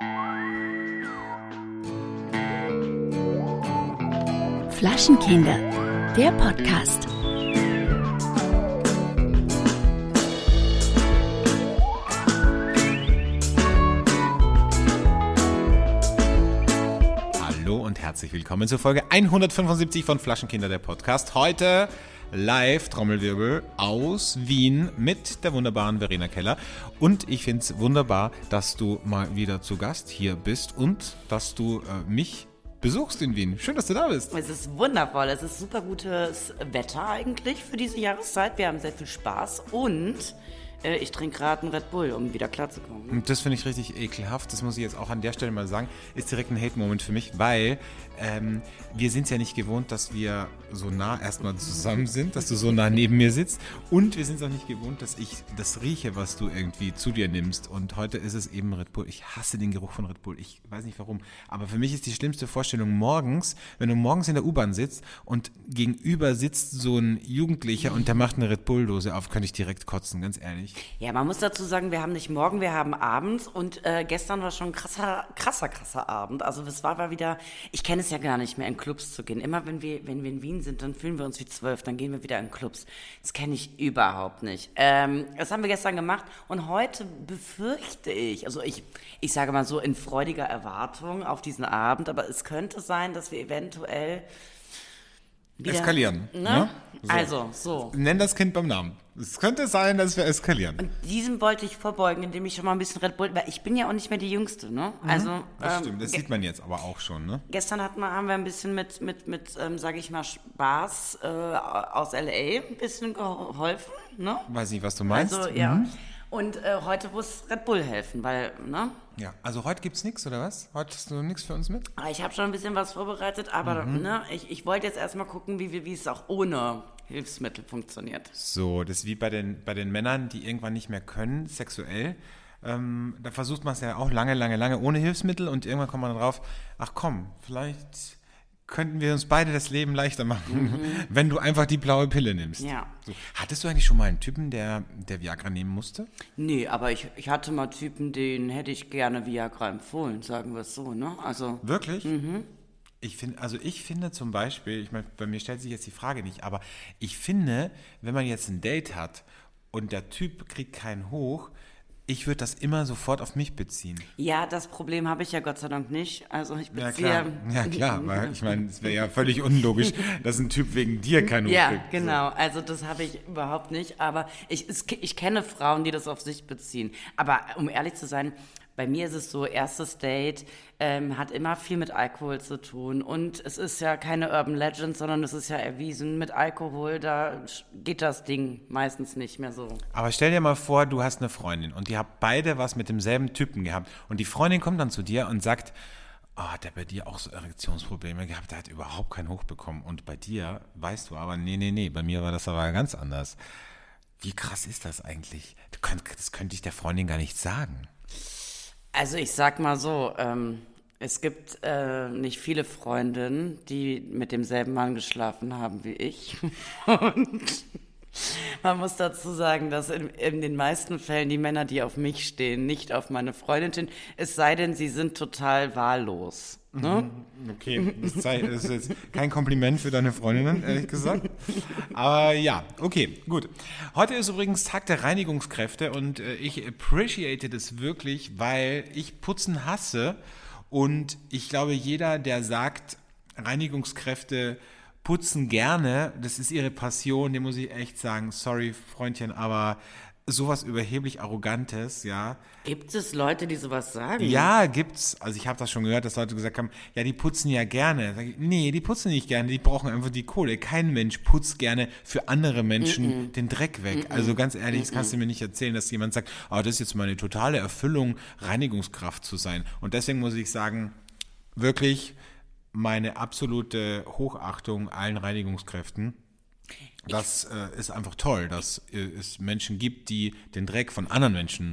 Flaschenkinder, der Podcast. Hallo und herzlich willkommen zur Folge 175 von Flaschenkinder, der Podcast. Heute live, Trommelwirbel, aus Wien mit der wunderbaren Verena Keller. Und ich finde es wunderbar, dass du mal wieder zu Gast hier bist und dass du mich besuchst in Wien. Schön, dass du da bist. Es ist wundervoll. Es ist super gutes Wetter eigentlich für diese Jahreszeit. Wir haben sehr viel Spaß und ich trinke gerade einen Red Bull, um wieder klarzukommen. Und das finde ich richtig ekelhaft. Das muss ich jetzt auch an der Stelle mal sagen. Ist direkt ein Hate-Moment für mich, weil wir sind es ja nicht gewohnt, dass wir so nah erstmal zusammen sind, dass du so nah neben mir sitzt. Und wir sind es auch nicht gewohnt, dass ich das rieche, was du irgendwie zu dir nimmst. Und heute ist es eben Red Bull. Ich hasse den Geruch von Red Bull. Ich weiß nicht warum. Aber für mich ist die schlimmste Vorstellung morgens, wenn du morgens in der U-Bahn sitzt und gegenüber sitzt so ein Jugendlicher und der macht eine Red Bull-Dose auf, könnte ich direkt kotzen, ganz ehrlich. Ja, man muss dazu sagen, wir haben nicht morgen, wir haben abends und gestern war schon ein krasser Abend. Also es war mal wieder, ich kenne es ja gar nicht mehr, in Clubs zu gehen. Immer wenn wir in Wien sind, dann fühlen wir uns wie 12, dann gehen wir wieder in Clubs. Das kenne ich überhaupt nicht. Das haben wir gestern gemacht und heute befürchte ich, also ich sage mal so in freudiger Erwartung auf diesen Abend, aber es könnte sein, dass wir eventuell wieder eskalieren. Ne? So. Also, so. Nenn das Kind beim Namen. Es könnte sein, dass wir eskalieren. Und diesem wollte ich vorbeugen, indem ich schon mal ein bisschen Red Bull, weil ich bin ja auch nicht mehr die Jüngste, ne? Also, Das stimmt, das sieht man jetzt aber auch schon, ne? Gestern haben wir ein bisschen mit sage ich mal, Spaß aus L.A. ein bisschen geholfen, ne? Weiß nicht, was du meinst. Also, ja. Und heute muss Red Bull helfen, weil, ne? Ja, also heute gibt's nichts, oder was? Heute hast du nichts für uns mit? Ich habe schon ein bisschen was vorbereitet, aber ne, ich wollte jetzt erstmal gucken, wie es auch ohne Hilfsmittel funktioniert. So, das ist wie bei den Männern, die irgendwann nicht mehr können, sexuell. Da versucht man es ja auch lange ohne Hilfsmittel und irgendwann kommt man drauf, ach komm, vielleicht könnten wir uns beide das Leben leichter machen, wenn du einfach die blaue Pille nimmst. Ja. So. Hattest du eigentlich schon mal einen Typen, der Viagra nehmen musste? Nee, aber ich hatte mal Typen, denen hätte ich gerne Viagra empfohlen, sagen wir es so, ne? Also wirklich? Ich finde zum Beispiel, ich meine, bei mir stellt sich jetzt die Frage nicht, aber ich finde, wenn man jetzt ein Date hat und der Typ kriegt keinen hoch, ich würde das immer sofort auf mich beziehen. Ja, das Problem habe ich ja Gott sei Dank nicht. Also ich beziehe... Ja klar, weil ich meine, es wäre ja völlig unlogisch, dass ein Typ wegen dir keinen hoch Ja, kriegt. genau. Also das habe ich überhaupt nicht. Aber ich kenne Frauen, die das auf sich beziehen. Aber um ehrlich zu sein, bei mir ist es so, erstes Date hat immer viel mit Alkohol zu tun. Und es ist ja keine Urban Legend, sondern es ist ja erwiesen, mit Alkohol, da geht das Ding meistens nicht mehr so. Aber stell dir mal vor, du hast eine Freundin und ihr habt beide was mit demselben Typen gehabt. Und die Freundin kommt dann zu dir und sagt, hat der bei dir auch so Erektionsprobleme gehabt, der hat überhaupt keinen Hoch bekommen. Und bei dir weißt du aber, nee, bei mir war das aber ganz anders. Wie krass ist das eigentlich? Das könnte ich der Freundin gar nicht sagen. Also ich sag mal so, es gibt nicht viele Freundinnen, die mit demselben Mann geschlafen haben wie ich. Und man muss dazu sagen, dass in den meisten Fällen die Männer, die auf mich stehen, nicht auf meine Freundin stehen, es sei denn, sie sind total wahllos. Ne? Okay, das ist jetzt kein Kompliment für deine Freundinnen, ehrlich gesagt. Aber ja, okay, gut. Heute ist übrigens Tag der Reinigungskräfte und ich appreciate das wirklich, weil ich Putzen hasse und ich glaube, jeder, der sagt, Reinigungskräfte putzen gerne, das ist ihre Passion, dem muss ich echt sagen, sorry Freundchen, aber sowas überheblich Arrogantes, ja. Gibt es Leute, die sowas sagen? Ja, gibt's. Also ich habe das schon gehört, dass Leute gesagt haben, ja, die putzen ja gerne. Sag ich, nee, die putzen nicht gerne, die brauchen einfach die Kohle. Kein Mensch putzt gerne für andere Menschen den Dreck weg. Also ganz ehrlich, das kannst du mir nicht erzählen, dass jemand sagt, das ist jetzt meine totale Erfüllung, Reinigungskraft zu sein. Und deswegen muss ich sagen, wirklich meine absolute Hochachtung allen Reinigungskräften. Das ist einfach toll, dass es Menschen gibt, die den Dreck von anderen Menschen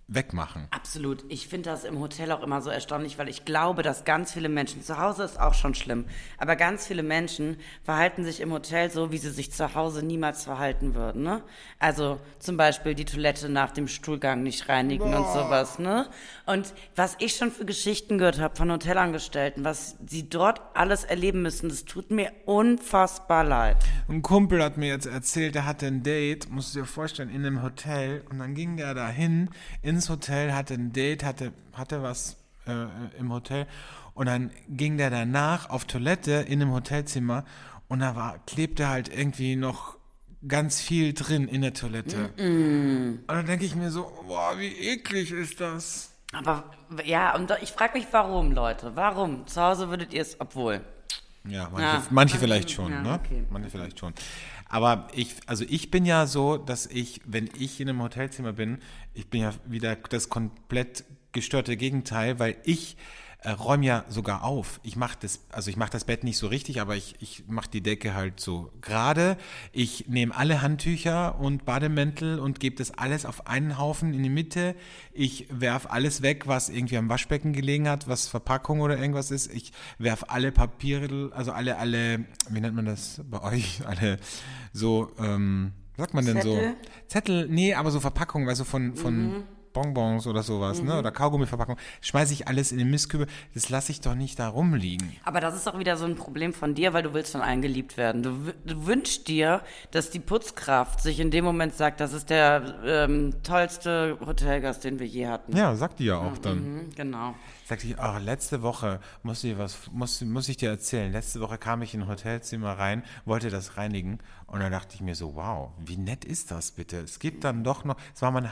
wegmachen. Absolut. Ich finde das im Hotel auch immer so erstaunlich, weil ich glaube, dass ganz viele Menschen, zu Hause ist auch schon schlimm, aber ganz viele Menschen verhalten sich im Hotel so, wie sie sich zu Hause niemals verhalten würden, ne? Also zum Beispiel die Toilette nach dem Stuhlgang nicht reinigen und sowas, ne? Und was ich schon für Geschichten gehört habe von Hotelangestellten, was sie dort alles erleben müssen, das tut mir unfassbar leid. Ein Kumpel hat mir jetzt erzählt, der hatte ein Date, musst du dir vorstellen, in einem Hotel und dann ging der dahin ins Hotel, hatte ein Date, hatte was im Hotel und dann ging der danach auf Toilette in einem Hotelzimmer und da klebte halt irgendwie noch ganz viel drin in der Toilette. Und dann denke ich mir so, boah, wie eklig ist das? Aber ja, und ich frage mich, warum, Leute? Warum? Zu Hause würdet ihr es, obwohl... Ja, manche vielleicht schon, ja, ne? okay. Manche vielleicht schon. Aber ich bin ja so, dass wenn ich in einem Hotelzimmer bin, ich bin ja wieder das komplett gestörte Gegenteil, weil ich räume ja sogar auf. Ich mache das Bett nicht so richtig, aber ich mache die Decke halt so gerade. Ich nehme alle Handtücher und Bademäntel und gebe das alles auf einen Haufen in die Mitte. Ich werf alles weg, was irgendwie am Waschbecken gelegen hat, was Verpackung oder irgendwas ist. Ich werf alle Papiere, also alle, wie nennt man das bei euch? Alle so, sagt man denn so? Zettel, nee, aber so Verpackungen, weißt du, von Bonbons oder sowas, ne? Oder Kaugummiverpackung, schmeiße ich alles in den Mistkübel, das lasse ich doch nicht da rumliegen. Aber das ist auch wieder so ein Problem von dir, weil du willst von allen geliebt werden. Du wünschst dir, dass die Putzkraft sich in dem Moment sagt, das ist der tollste Hotelgast, den wir je hatten. Ja, sagt die ja auch dann. Mhm, genau. Sagt die, letzte Woche muss ich dir erzählen. Letzte Woche kam ich in ein Hotelzimmer rein, wollte das reinigen und dann dachte ich mir so, wow, wie nett ist das bitte? Es gibt dann doch noch,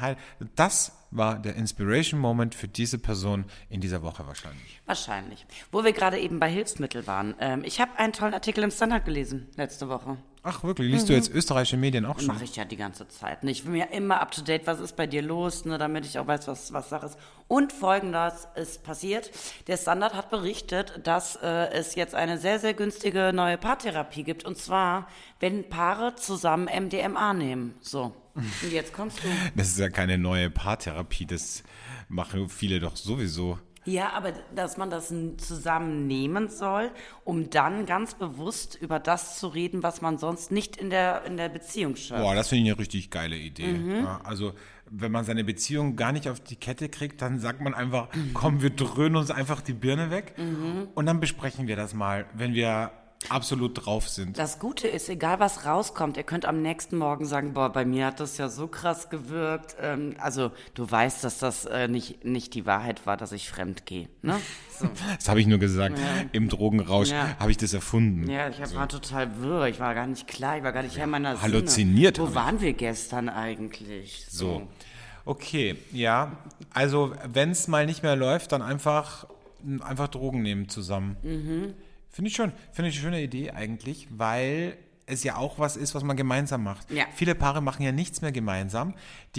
das war der Inspiration Moment für diese Person in dieser Woche wahrscheinlich. Wahrscheinlich. Wo wir gerade eben bei Hilfsmittel waren. Ich habe einen tollen Artikel im Standard gelesen letzte Woche. Ach wirklich, liest du jetzt österreichische Medien auch schon? Mache ich ja die ganze Zeit. Ich bin ja immer up to date, was ist bei dir los, ne, damit ich auch weiß, was Sache ist. Und Folgendes ist passiert. Der Standard hat berichtet, dass es jetzt eine sehr, sehr günstige neue Paartherapie gibt. Und zwar, wenn Paare zusammen MDMA nehmen. So, und jetzt kommst du. Das ist ja keine neue Paartherapie, das machen viele doch sowieso. Ja, aber dass man das zusammen nehmen soll, um dann ganz bewusst über das zu reden, was man sonst nicht in der Beziehung schafft. Boah, das finde ich eine richtig geile Idee. Ja, also, wenn man seine Beziehung gar nicht auf die Kette kriegt, dann sagt man einfach, komm, wir dröhnen uns einfach die Birne weg und dann besprechen wir das mal, wenn wir absolut drauf sind. Das Gute ist, egal was rauskommt, ihr könnt am nächsten Morgen sagen, boah, bei mir hat das ja so krass gewirkt. Also du weißt, dass das nicht die Wahrheit war, dass ich fremd gehe. Ne? So. Das habe ich nur gesagt. Ja. Im Drogenrausch habe ich das erfunden. Ja, war total wirr. Ich war gar nicht klar. Ich war gar nicht Herr meiner Sinne. Halluziniert. Wo waren wir gestern eigentlich? So. Okay, ja. Also wenn es mal nicht mehr läuft, dann einfach Drogen nehmen zusammen. Finde ich eine schöne Idee eigentlich, weil es ja auch was ist, was man gemeinsam macht. Ja. Viele Paare machen ja nichts mehr gemeinsam.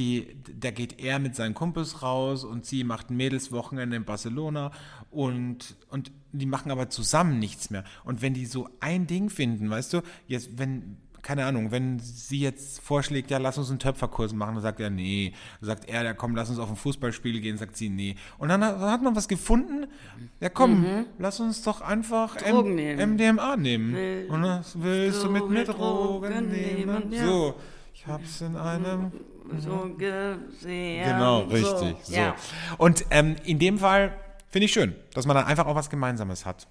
Der geht er mit seinen Kumpels raus und sie macht ein Mädelswochenende in Barcelona und die machen aber zusammen nichts mehr. Und wenn die so ein Ding finden, weißt du, jetzt keine Ahnung, wenn sie jetzt vorschlägt, ja, lass uns einen Töpferkurs machen, dann sagt er, nee. Dann sagt er, ja, komm, lass uns auf ein Fußballspiel gehen, sagt sie, nee. Und dann hat man was gefunden, ja, komm, lass uns doch einfach MDMA nehmen. Und dann willst du mit mir Drogen nehmen? Ja. So, ich hab's in einem... So gesehen. Genau, richtig. So. Ja. Und in dem Fall finde ich schön, dass man dann einfach auch was Gemeinsames hat.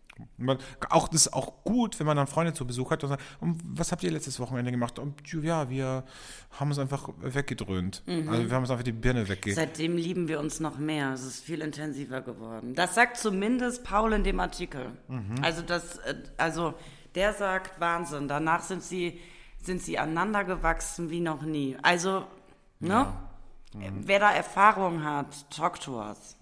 Das ist auch gut, wenn man dann Freunde zu Besuch hat und sagt, was habt ihr letztes Wochenende gemacht? Und ja, wir haben uns einfach weggedröhnt. Also wir haben uns einfach die Birne Seitdem lieben wir uns noch mehr. Es ist viel intensiver geworden. Das sagt zumindest Paul in dem Artikel. Also der sagt Wahnsinn. Danach sind sie aneinander gewachsen wie noch nie. Also, ne? Ja. Wer da Erfahrung hat, talk to us.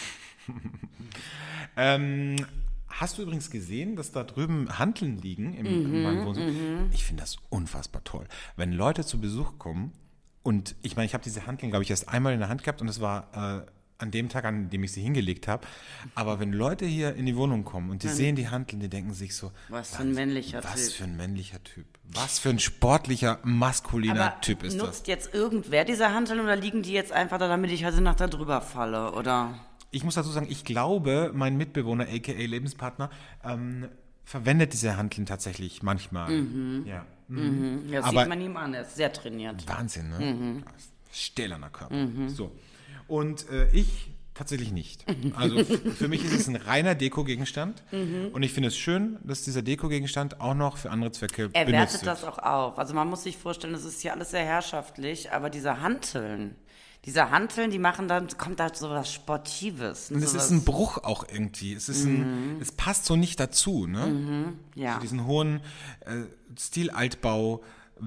Hast du übrigens gesehen, dass da drüben Hanteln liegen in meinem Wohnzimmer? Ich finde das unfassbar toll. Wenn Leute zu Besuch kommen und ich meine, ich habe diese Hanteln, glaube ich, erst einmal in der Hand gehabt und es war an dem Tag, an dem ich sie hingelegt habe. Aber wenn Leute hier in die Wohnung kommen und die sehen die Hanteln, die denken sich so, Was für ein männlicher Typ. Was für ein männlicher Typ. Was für ein sportlicher, maskuliner Typ ist das. Nutzt jetzt irgendwer diese Hanteln oder liegen die jetzt einfach da, damit ich heute Nacht da drüber falle, oder? Ich muss dazu sagen, ich glaube, mein Mitbewohner, a.k.a. Lebenspartner, verwendet diese Hanteln tatsächlich manchmal. Ja. Ja, das Aber sieht man ihm an, er ist sehr trainiert. Wahnsinn, ne? Stählerner Körper. So. Und ich tatsächlich nicht. Also für mich ist es ein reiner Dekogegenstand. Und ich finde es schön, dass dieser Dekogegenstand auch noch für andere Zwecke Er benutzt wertet wird. das auch auf. Also man muss sich vorstellen, das ist hier alles sehr herrschaftlich, aber diese Hanteln, die machen dann, kommt da so was Sportives. Und es ist ein Bruch auch irgendwie. Es ist es passt so nicht dazu, ne? Ja. So diesen hohen Stil-Altbau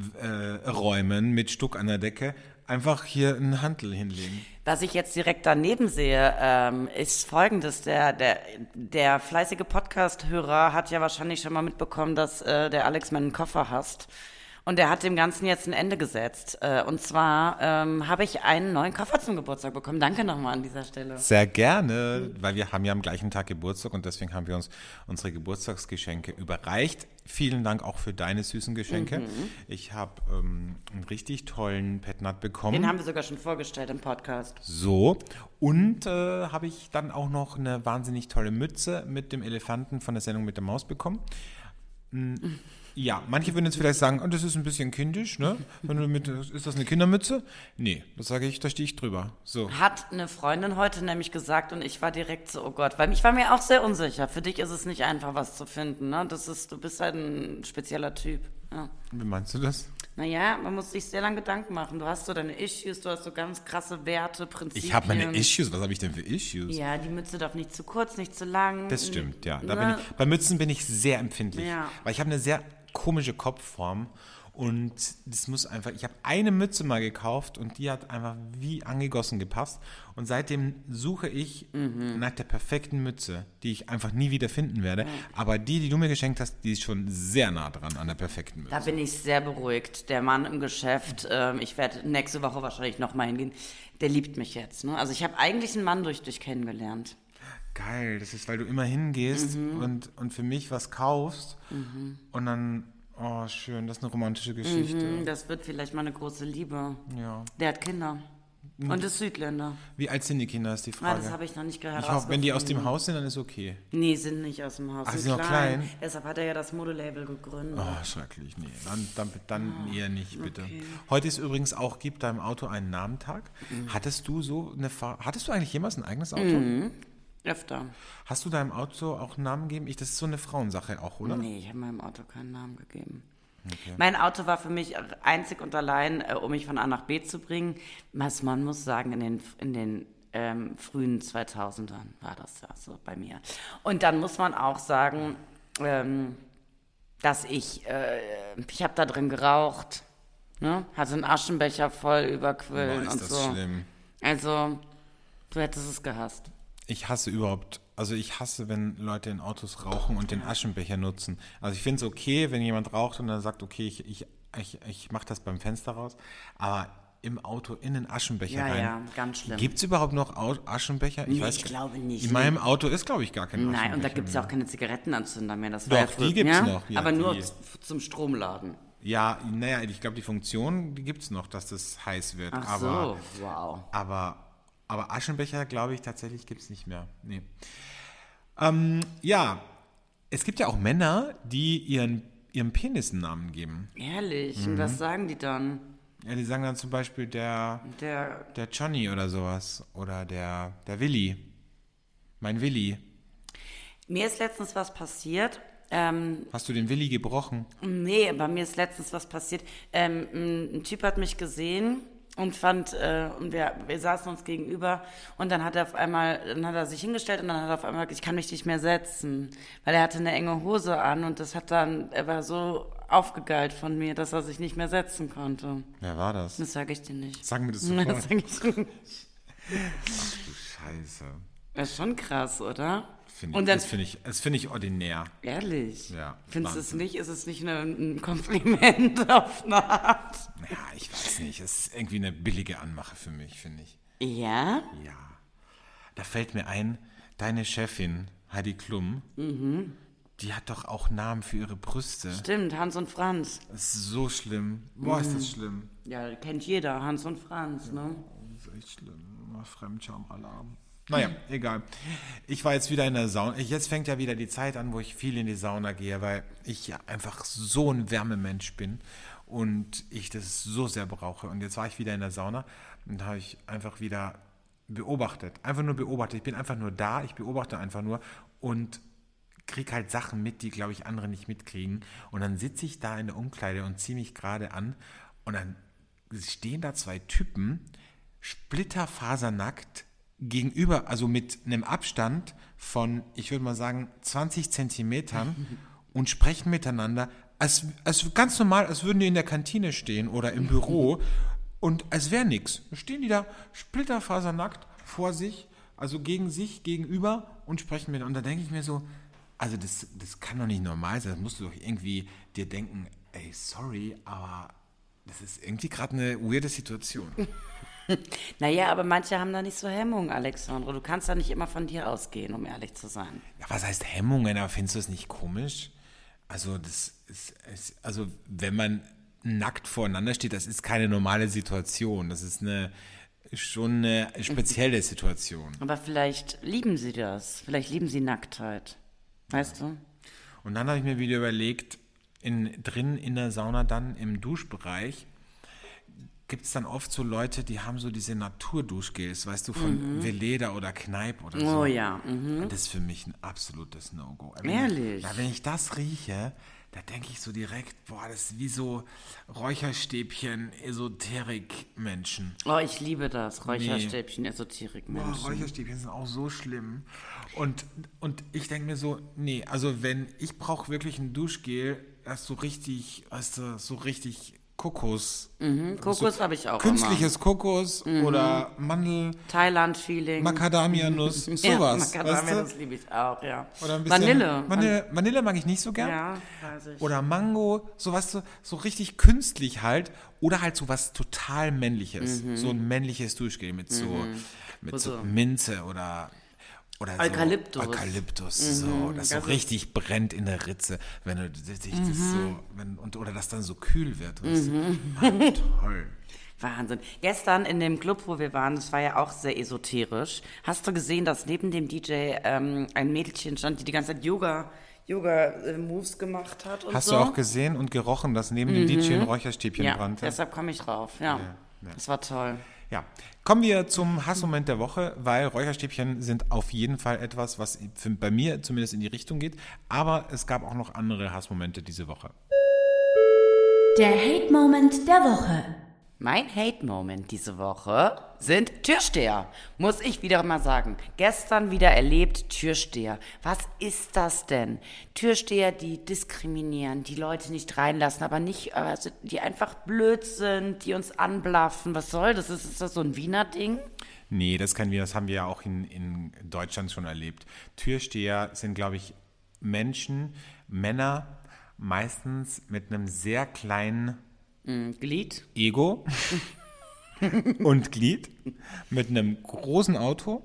Räumen mit Stuck an der Decke einfach hier einen Hantel hinlegen. Was ich jetzt direkt daneben sehe, ist Folgendes. Der fleißige Podcast-Hörer hat ja wahrscheinlich schon mal mitbekommen, dass der Alex meinen Koffer hasst. Und der hat dem Ganzen jetzt ein Ende gesetzt. Und zwar habe ich einen neuen Koffer zum Geburtstag bekommen. Danke nochmal an dieser Stelle. Sehr gerne, weil wir haben ja am gleichen Tag Geburtstag und deswegen haben wir uns unsere Geburtstagsgeschenke überreicht. Vielen Dank auch für deine süßen Geschenke. Ich habe einen richtig tollen Petnat bekommen. Den haben wir sogar schon vorgestellt im Podcast. So, und habe ich dann auch noch eine wahnsinnig tolle Mütze mit dem Elefanten von der Sendung mit der Maus bekommen. Ja, manche würden jetzt vielleicht sagen, oh, das ist ein bisschen kindisch, ne? Ist das eine Kindermütze? Nee, das sage ich, da stehe ich drüber. So. Hat eine Freundin heute nämlich gesagt und ich war direkt so, oh Gott, weil ich war mir auch sehr unsicher. Für dich ist es nicht einfach, was zu finden, ne? Du bist halt ein spezieller Typ. Ja. Wie meinst du das? Naja, man muss sich sehr lange Gedanken machen. Du hast so deine Issues, du hast so ganz krasse Werte, Prinzipien. Ich habe meine Issues. Was habe ich denn für Issues? Ja, die Mütze darf nicht zu kurz, nicht zu lang. Das stimmt, ja. Ne? Bei Mützen bin ich sehr empfindlich. Ja. Weil ich habe eine sehr komische Kopfform und das muss einfach, ich habe eine Mütze mal gekauft und die hat einfach wie angegossen gepasst und seitdem suche ich nach der perfekten Mütze, die ich einfach nie wieder finden werde, aber die du mir geschenkt hast, die ist schon sehr nah dran an der perfekten Mütze. Da bin ich sehr beruhigt. Der Mann im Geschäft, ich werde nächste Woche wahrscheinlich nochmal hingehen, der liebt mich jetzt. Ne? Also ich habe eigentlich einen Mann durch dich kennengelernt. Geil, das ist, weil du immer hingehst und für mich was kaufst und dann, oh schön, das ist eine romantische Geschichte. Das wird vielleicht mal eine große Liebe. Ja. Der hat Kinder und ist Südländer. Wie alt sind die Kinder, ist die Ah, Frage. das habe ich noch nicht gehört. Ich hoffe, wenn die aus dem Haus sind, dann ist okay. Nee, sind nicht aus dem Haus. Ach, sind sie sind noch klein? Deshalb hat er ja das Modelabel gegründet. Oh, schrecklich, nee, dann eher nicht, bitte. Okay. Heute ist übrigens auch, gib deinem Auto einen Namentag. Hattest du hattest du eigentlich jemals ein eigenes Auto? Öfter. Hast du deinem Auto auch einen Namen gegeben? Das ist so eine Frauensache auch, oder? Nee, ich habe meinem Auto keinen Namen gegeben. Okay. Mein Auto war für mich einzig und allein, um mich von A nach B zu bringen. Man muss sagen, in den frühen 2000ern war das ja so bei mir. Und dann muss man auch sagen, dass ich habe da drin geraucht, ne? Hatte einen Aschenbecher voll überquillen Boah, und ist so. das schlimm. Also, du hättest es gehasst. Ich hasse, wenn Leute in Autos rauchen und den Aschenbecher nutzen. Also ich finde es okay, wenn jemand raucht und dann sagt, okay, ich mache das beim Fenster raus, aber im Auto in den Aschenbecher rein. Ja, ganz schlimm. Gibt es überhaupt noch Aschenbecher? Ich glaube nicht. In meinem Auto ist, glaube ich, gar kein Aschenbecher. Nein, und da gibt es ja auch keine Zigarettenanzünder mehr. Das Doch, war ja früher, die gibt's noch. Ja, aber nur die. zum Stromladen. Ja, naja, ich glaube, die Funktion, die gibt es noch, dass das heiß wird. Ach so, wow. Aber Aschenbecher, glaube ich, tatsächlich gibt es nicht mehr. Nee. Ja, es gibt ja auch Männer, die ihrem Penis einen Namen geben. Ehrlich? Und was sagen die dann? Ja, die sagen dann zum Beispiel der Johnny oder sowas. Oder der Willi. Mein Willi. Mir ist letztens was passiert. Hast du den Willi gebrochen? Nee, bei mir ist letztens was passiert. Ein Typ hat mich gesehen und und wir saßen uns gegenüber und dann hat er sich hingestellt und dann hat er auf einmal gesagt, ich kann mich nicht mehr setzen, weil er hatte eine enge Hose an und er war so aufgegeilt von mir, dass er sich nicht mehr setzen konnte. Wer war das? Das sage ich dir nicht. Sag mir das sofort. Das sag ich dir nicht. Ach du Scheiße. Das ist schon krass, oder? Das finde ich ordinär. Ehrlich? Ja. Findest du es nicht? Ist es nicht ein Kompliment auf eine Art? Naja, ich weiß nicht. Es ist irgendwie eine billige Anmache für mich, finde ich. Ja? Ja. da fällt mir ein, deine Chefin, Heidi Klum, die hat doch auch Namen für ihre Brüste. Stimmt, Hans und Franz. Das ist so schlimm. Boah, ist das schlimm. Ja, kennt jeder, Hans und Franz, ne? Das ist echt schlimm. Fremdscham-Alarm. Naja, egal. Ich war jetzt wieder in der Sauna. Jetzt fängt ja wieder die Zeit an, wo ich viel in die Sauna gehe, weil ich ja einfach so ein Wärmemensch bin und ich das so sehr brauche. Und jetzt war ich wieder in der Sauna und da habe ich einfach wieder beobachtet. Einfach nur beobachtet. Ich bin einfach nur da, ich beobachte einfach nur und kriege halt Sachen mit, die, glaube ich, andere nicht mitkriegen. Und dann sitze ich da in der Umkleide und ziehe mich gerade an und dann stehen da zwei Typen, splitterfasernackt, gegenüber, also mit einem Abstand von, ich würde mal sagen, 20 Zentimetern und sprechen miteinander, als ganz normal, als würden die in der Kantine stehen oder im Büro und als wäre nichts. Stehen die da splitterfasernackt vor sich, also gegen sich, gegenüber und sprechen miteinander. Und da denke ich mir so, also das kann doch nicht normal sein, das musst du doch irgendwie dir denken, ey, sorry, aber das ist irgendwie gerade eine weirde Situation. Naja, aber manche haben da nicht so Hemmungen, Alexandre. Du kannst da nicht immer von dir ausgehen, um ehrlich zu sein. Ja, was heißt Hemmungen? Aber findest du es nicht komisch? Also, also wenn man nackt voreinander steht, das ist keine normale Situation. Das ist schon eine spezielle Situation. Aber vielleicht lieben sie das. Vielleicht lieben sie Nacktheit. Weißt du? Und dann habe ich mir wieder überlegt, drin in der Sauna dann im Duschbereich, gibt es dann oft so Leute, die haben so diese Naturduschgels, weißt du, von Veleda oder Kneipp oder so. Oh ja. Und das ist für mich ein absolutes No-Go. Ehrlich? Wenn ich das rieche, da denke ich so direkt, boah, das ist wie so Räucherstäbchen, Esoterik-Menschen. Oh, ich liebe das. Räucherstäbchen, Esoterik-Menschen. Boah, Räucherstäbchen sind auch so schlimm. Und ich denke mir so, nee, also ich brauche wirklich ein Duschgel, das so richtig, weißt du, so richtig Kokos. Kokos so habe ich auch künstliches immer. Kokos oder Mandel, Thailand-Feeling. Macadamia-Nuss, sowas. Ja, weißt Macadamia-Nuss du? liebe ich auch, ja. Oder ein bisschen Vanille. Vanille mag ich nicht so gern. Ja, weiß ich. Oder Mango, sowas so richtig künstlich halt. Oder halt so was total Männliches. So ein männliches Duschgel mit so Minze oder Eukalyptus. So Eukalyptus, so, das so richtig brennt in der Ritze, wenn du dich das so, oder das dann so kühl wird. Weißt du? Toll. Wahnsinn. Gestern in dem Club, wo wir waren, das war ja auch sehr esoterisch. Hast du gesehen, dass neben dem DJ ein Mädchen stand, die ganze Zeit Yoga-Moves gemacht hat und Hast so? du auch gesehen und gerochen, dass neben dem DJ ein Räucherstäbchen brannte? Ja, deshalb komme ich drauf. Ja, das war toll. Ja, kommen wir zum Hassmoment der Woche, weil Räucherstäbchen sind auf jeden Fall etwas, was bei mir zumindest in die Richtung geht. Aber es gab auch noch andere Hassmomente diese Woche. Der Hate-Moment der Woche. Mein Hate-Moment diese Woche sind Türsteher, muss ich wieder mal sagen. Gestern wieder erlebt, Türsteher. Was ist das denn? Türsteher, die diskriminieren, die Leute nicht reinlassen, aber nicht, also die einfach blöd sind, die uns anblaffen. Was soll das? Ist das so ein Wiener Ding? Nee, das haben wir ja auch in Deutschland schon erlebt. Türsteher sind, glaube ich, Männer, meistens mit einem sehr kleinen Glied? Ego und Glied, mit einem großen Auto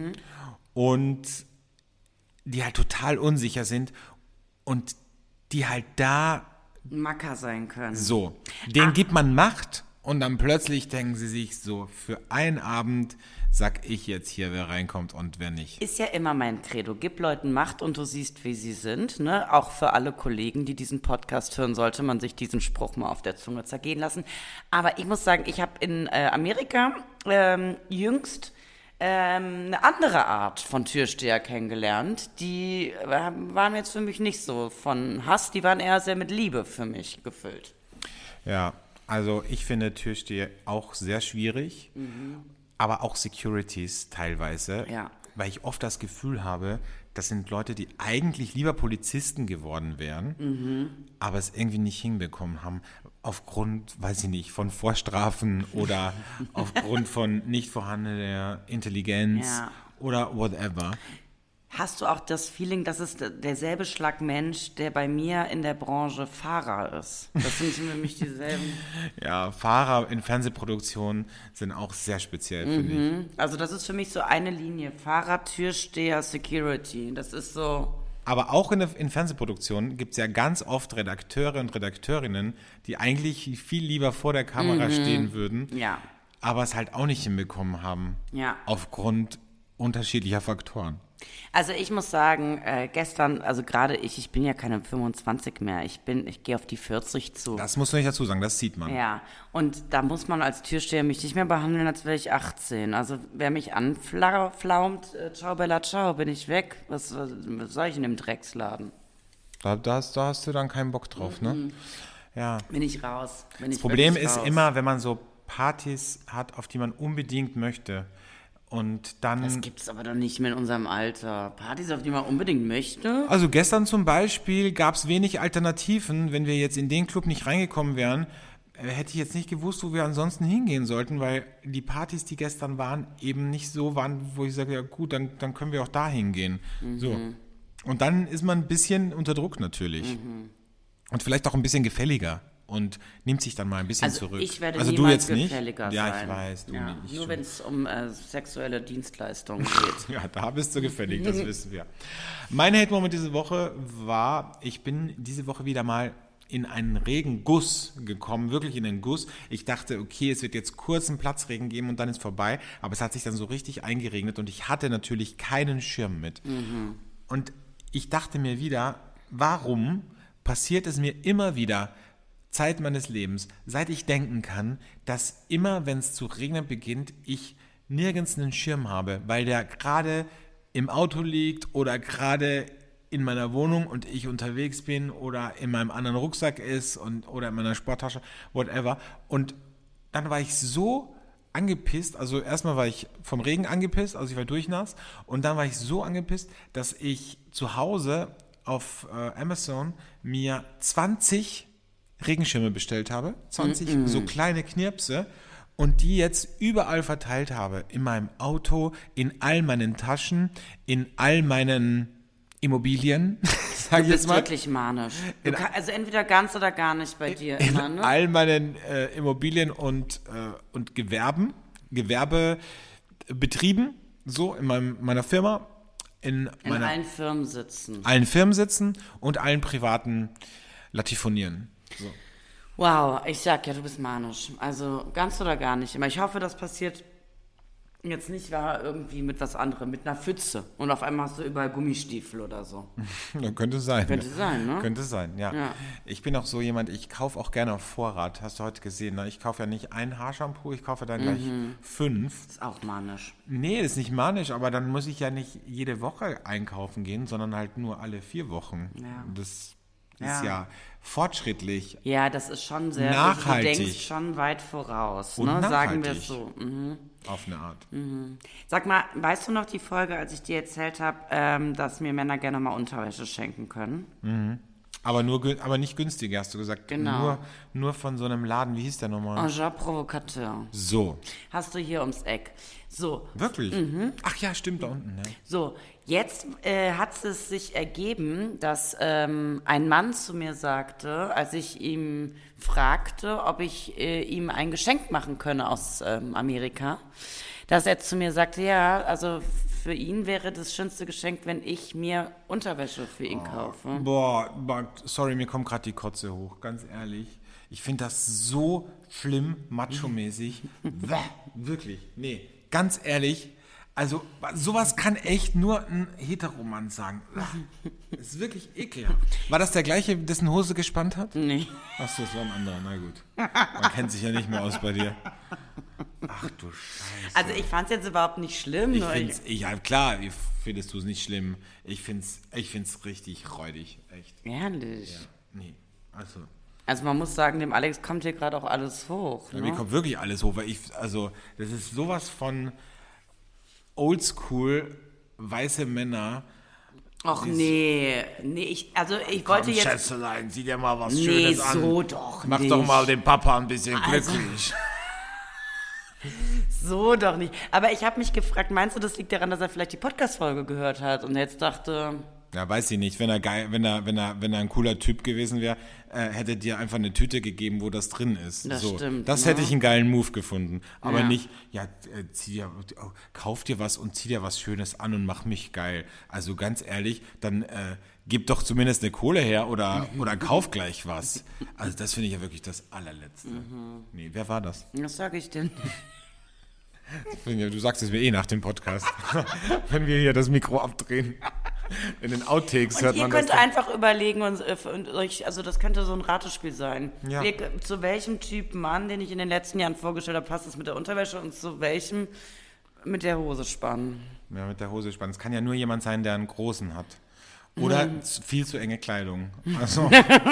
und die halt total unsicher sind und die halt da Macker sein können. so, denen gibt man Macht und dann plötzlich denken sie sich so, für einen Abend sag ich jetzt hier, wer reinkommt und wer nicht. Ist ja immer mein Credo. Gib Leuten Macht und du siehst, wie sie sind. Ne? Auch für alle Kollegen, die diesen Podcast hören, sollte man sich diesen Spruch mal auf der Zunge zergehen lassen. Aber ich muss sagen, ich habe in Amerika jüngst eine andere Art von Türsteher kennengelernt. Die waren jetzt für mich nicht so von Hass, die waren eher sehr mit Liebe für mich gefüllt. Ja, also ich finde Türsteher auch sehr schwierig. Aber auch Securities teilweise, weil ich oft das Gefühl habe, das sind Leute, die eigentlich lieber Polizisten geworden wären, aber es irgendwie nicht hinbekommen haben, aufgrund, weiß ich nicht, von Vorstrafen oder aufgrund von nicht vorhandener Intelligenz oder whatever. Hast du auch das Feeling, dass es derselbe Schlag Mensch, der bei mir in der Branche Fahrer ist? Das sind für mich dieselben. Ja, Fahrer in Fernsehproduktionen sind auch sehr speziell, finde ich. Also das ist für mich so eine Linie. Fahrer, Türsteher, Security. Das ist so... Aber auch in Fernsehproduktionen gibt es ja ganz oft Redakteure und Redakteurinnen, die eigentlich viel lieber vor der Kamera stehen würden, Ja. aber es halt auch nicht hinbekommen haben. Ja. Aufgrund unterschiedlicher Faktoren. Also ich muss sagen, gestern, also gerade ich bin ja keine 25 mehr, ich gehe auf die 40 zu. Das muss man nicht dazu sagen, das sieht man. Ja, und da muss man als Türsteher mich nicht mehr behandeln, als wäre ich 18. Also wer mich anflaumt, ciao Bella, ciao, bin ich weg. Was soll ich in dem Drecksladen? Da hast du dann keinen Bock drauf, ne? Ja. Bin ich raus. Das Problem ist immer, wenn man so Partys hat, auf die man unbedingt möchte. Und dann. Das gibt es aber doch nicht mehr in unserem Alter. Partys, auf die man unbedingt möchte? Also gestern zum Beispiel gab es wenig Alternativen. Wenn wir jetzt in den Club nicht reingekommen wären, hätte ich jetzt nicht gewusst, wo wir ansonsten hingehen sollten, weil die Partys, die gestern waren, eben nicht so waren, wo ich sage, ja gut, dann können wir auch da hingehen. So. Und dann ist man ein bisschen unter Druck natürlich. Und vielleicht auch ein bisschen gefälliger. Und nimmt sich dann mal ein bisschen zurück. Ich werde also niemals du jetzt nicht? gefälliger sein. Ja, ich weiß. Du ja, nicht. nur wenn es um sexuelle Dienstleistungen geht. Ja, da bist du gefällig, das wissen wir. Mein Hate-Moment diese Woche war, ich bin diese Woche wieder mal in einen Regenguss gekommen, wirklich in einen Guss. Ich dachte, okay, es wird jetzt kurz einen Platzregen geben und dann ist vorbei. Aber es hat sich dann so richtig eingeregnet und ich hatte natürlich keinen Schirm mit. Und ich dachte mir wieder, warum passiert es mir immer wieder, Zeit meines Lebens, seit ich denken kann, dass immer, wenn es zu regnen beginnt, ich nirgends einen Schirm habe, weil der gerade im Auto liegt oder gerade in meiner Wohnung und ich unterwegs bin oder in meinem anderen Rucksack ist oder in meiner Sporttasche, whatever. Und dann war ich so angepisst, also erstmal war ich vom Regen angepisst, also ich war durchnass und dann war ich so angepisst, dass ich zu Hause auf Amazon mir 20 Regenschirme bestellt habe, 20 so kleine Knirpse und die jetzt überall verteilt habe. In meinem Auto, in all meinen Taschen, in all meinen Immobilien, sag ich jetzt mal. Du bist wirklich manisch. Also entweder ganz oder gar nicht bei dir immer, ne? In all meinen Immobilien und Gewerbebetrieben, so in meiner Firma. In allen Firmensitzen. Allen Firmensitzen und allen privaten Latifonieren. So. Wow, ich sag ja, du bist manisch. Also ganz oder gar nicht immer. Ich hoffe, das passiert jetzt nicht irgendwie mit was anderem, mit einer Pfütze. Und auf einmal hast du überall Gummistiefel oder so. Dann könnte es sein. Könnte sein, ne? Könnte sein, ja. Ich bin auch so jemand, ich kaufe auch gerne auf Vorrat. Hast du heute gesehen, ne? Ich kaufe ja nicht ein Haarshampoo, ich kaufe dann gleich 5. Ist auch manisch. Nee, das ist nicht manisch, aber dann muss ich ja nicht jede Woche einkaufen gehen, sondern halt nur alle 4 Wochen. Ja. Das ist ja fortschrittlich. Ja, das ist schon sehr... Nachhaltig. Du denkst schon weit voraus, Und ne? nachhaltig. Sagen wir es so. Auf eine Art. Sag mal, weißt du noch die Folge, als ich dir erzählt habe, dass mir Männer gerne mal Unterwäsche schenken können? Aber nicht günstige, hast du gesagt. Genau. Nur von so einem Laden, wie hieß der nochmal? Angers Provocateur. So. Hast du hier ums Eck. So, Wirklich? Ach ja, stimmt, da unten. Ne? so. Jetzt hat es sich ergeben, dass ein Mann zu mir sagte, als ich ihm fragte, ob ich ihm ein Geschenk machen könne aus Amerika, dass er zu mir sagte, ja, also für ihn wäre das schönste Geschenk, wenn ich mir Unterwäsche für ihn kaufe. Boah, sorry, mir kommt gerade die Kotze hoch, ganz ehrlich. Ich finde das so schlimm, macho-mäßig. Wirklich, nee, ganz ehrlich. Also, sowas kann echt nur ein Heteromann sagen. Das ist wirklich ekelhaft. War das der gleiche, dessen Hose gespannt hat? Nee. Achso, das war ein anderer, na gut. Man kennt sich ja nicht mehr aus bei dir. Ach du Scheiße. Also ich fand es jetzt überhaupt nicht schlimm. Ja klar, findest du es nicht schlimm. Ich find's richtig räudig, echt. Ehrlich? Ja, nee, Also man muss sagen, dem Alex kommt hier gerade auch alles hoch. Ja, Ne? mir kommt wirklich alles hoch, weil das ist sowas von oldschool, weiße Männer. Och nee, ich wollte jetzt... Schätzelein, sieh dir mal was Nee, Schönes an. so doch Mach nicht. doch mal den Papa ein bisschen glücklich. So doch nicht. Aber ich habe mich gefragt, meinst du, das liegt daran, dass er vielleicht die Podcast-Folge gehört hat und jetzt dachte... Ja, weiß ich nicht. Wenn er ein cooler Typ gewesen wäre, hätte er dir einfach eine Tüte gegeben, wo das drin ist. Das stimmt. Das hätte ich einen geilen Move gefunden. Aber nicht, kauf dir was und zieh dir was Schönes an und mach mich geil. Also ganz ehrlich, dann gib doch zumindest eine Kohle her oder kauf gleich was. Also das finde ich ja wirklich das allerletzte. Nee, wer war das? Was sag ich denn? Du sagst es mir nach dem Podcast, wenn wir hier das Mikro abdrehen. In den Outtakes hört man das. Ihr könnt einfach überlegen und euch, also das könnte so ein Ratespiel sein. Ja. Zu welchem Typ Mann, den ich in den letzten Jahren vorgestellt habe, passt es mit der Unterwäsche und zu welchem mit der Hose spannen? Ja, mit der Hose spannen. Es kann ja nur jemand sein, der einen großen hat. Oder viel zu enge Kleidung. Also,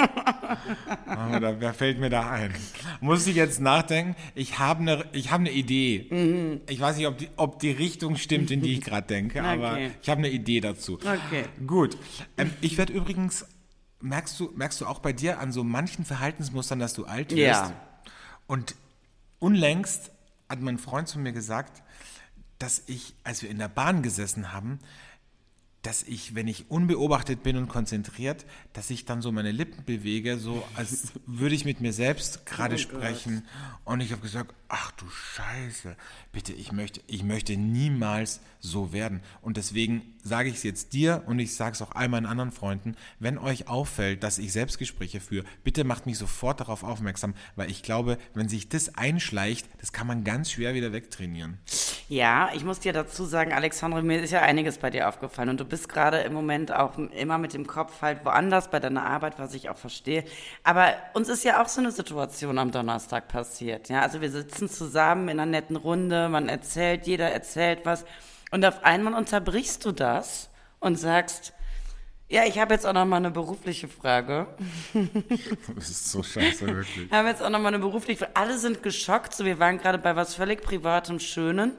wer fällt mir da ein? Muss ich jetzt nachdenken? Ich habe eine Idee. Ich weiß nicht, ob die Richtung stimmt, in die ich gerade denke, aber ich habe eine Idee dazu. Okay. Gut. Ich werde übrigens, merkst du auch bei dir an so manchen Verhaltensmustern, dass du alt wirst? Ja. Und unlängst hat mein Freund zu mir gesagt, dass ich, als wir in der Bahn gesessen haben, dass ich, wenn ich unbeobachtet bin und konzentriert, dass ich dann so meine Lippen bewege, so als würde ich mit mir selbst gerade sprechen. Und ich habe gesagt, ach du Scheiße, bitte, ich möchte niemals so werden. Und deswegen sage ich es jetzt dir und ich sage es auch all meinen anderen Freunden, wenn euch auffällt, dass ich Selbstgespräche führe, bitte macht mich sofort darauf aufmerksam, weil ich glaube, wenn sich das einschleicht, das kann man ganz schwer wieder wegtrainieren. Ja, ich muss dir dazu sagen, Alexandre, mir ist ja einiges bei dir aufgefallen und du bist gerade im Moment auch immer mit dem Kopf halt woanders bei deiner Arbeit, was ich auch verstehe. Aber uns ist ja auch so eine Situation am Donnerstag passiert. Ja, also wir sitzen zusammen in einer netten Runde, jeder erzählt was und auf einmal unterbrichst du das und sagst, ja, ich habe jetzt auch noch mal eine berufliche Frage. Das ist so scheiße, wirklich. Ich habe jetzt auch noch mal eine berufliche Frage. Alle sind geschockt, so wir waren gerade bei was völlig Privatem, Schönen.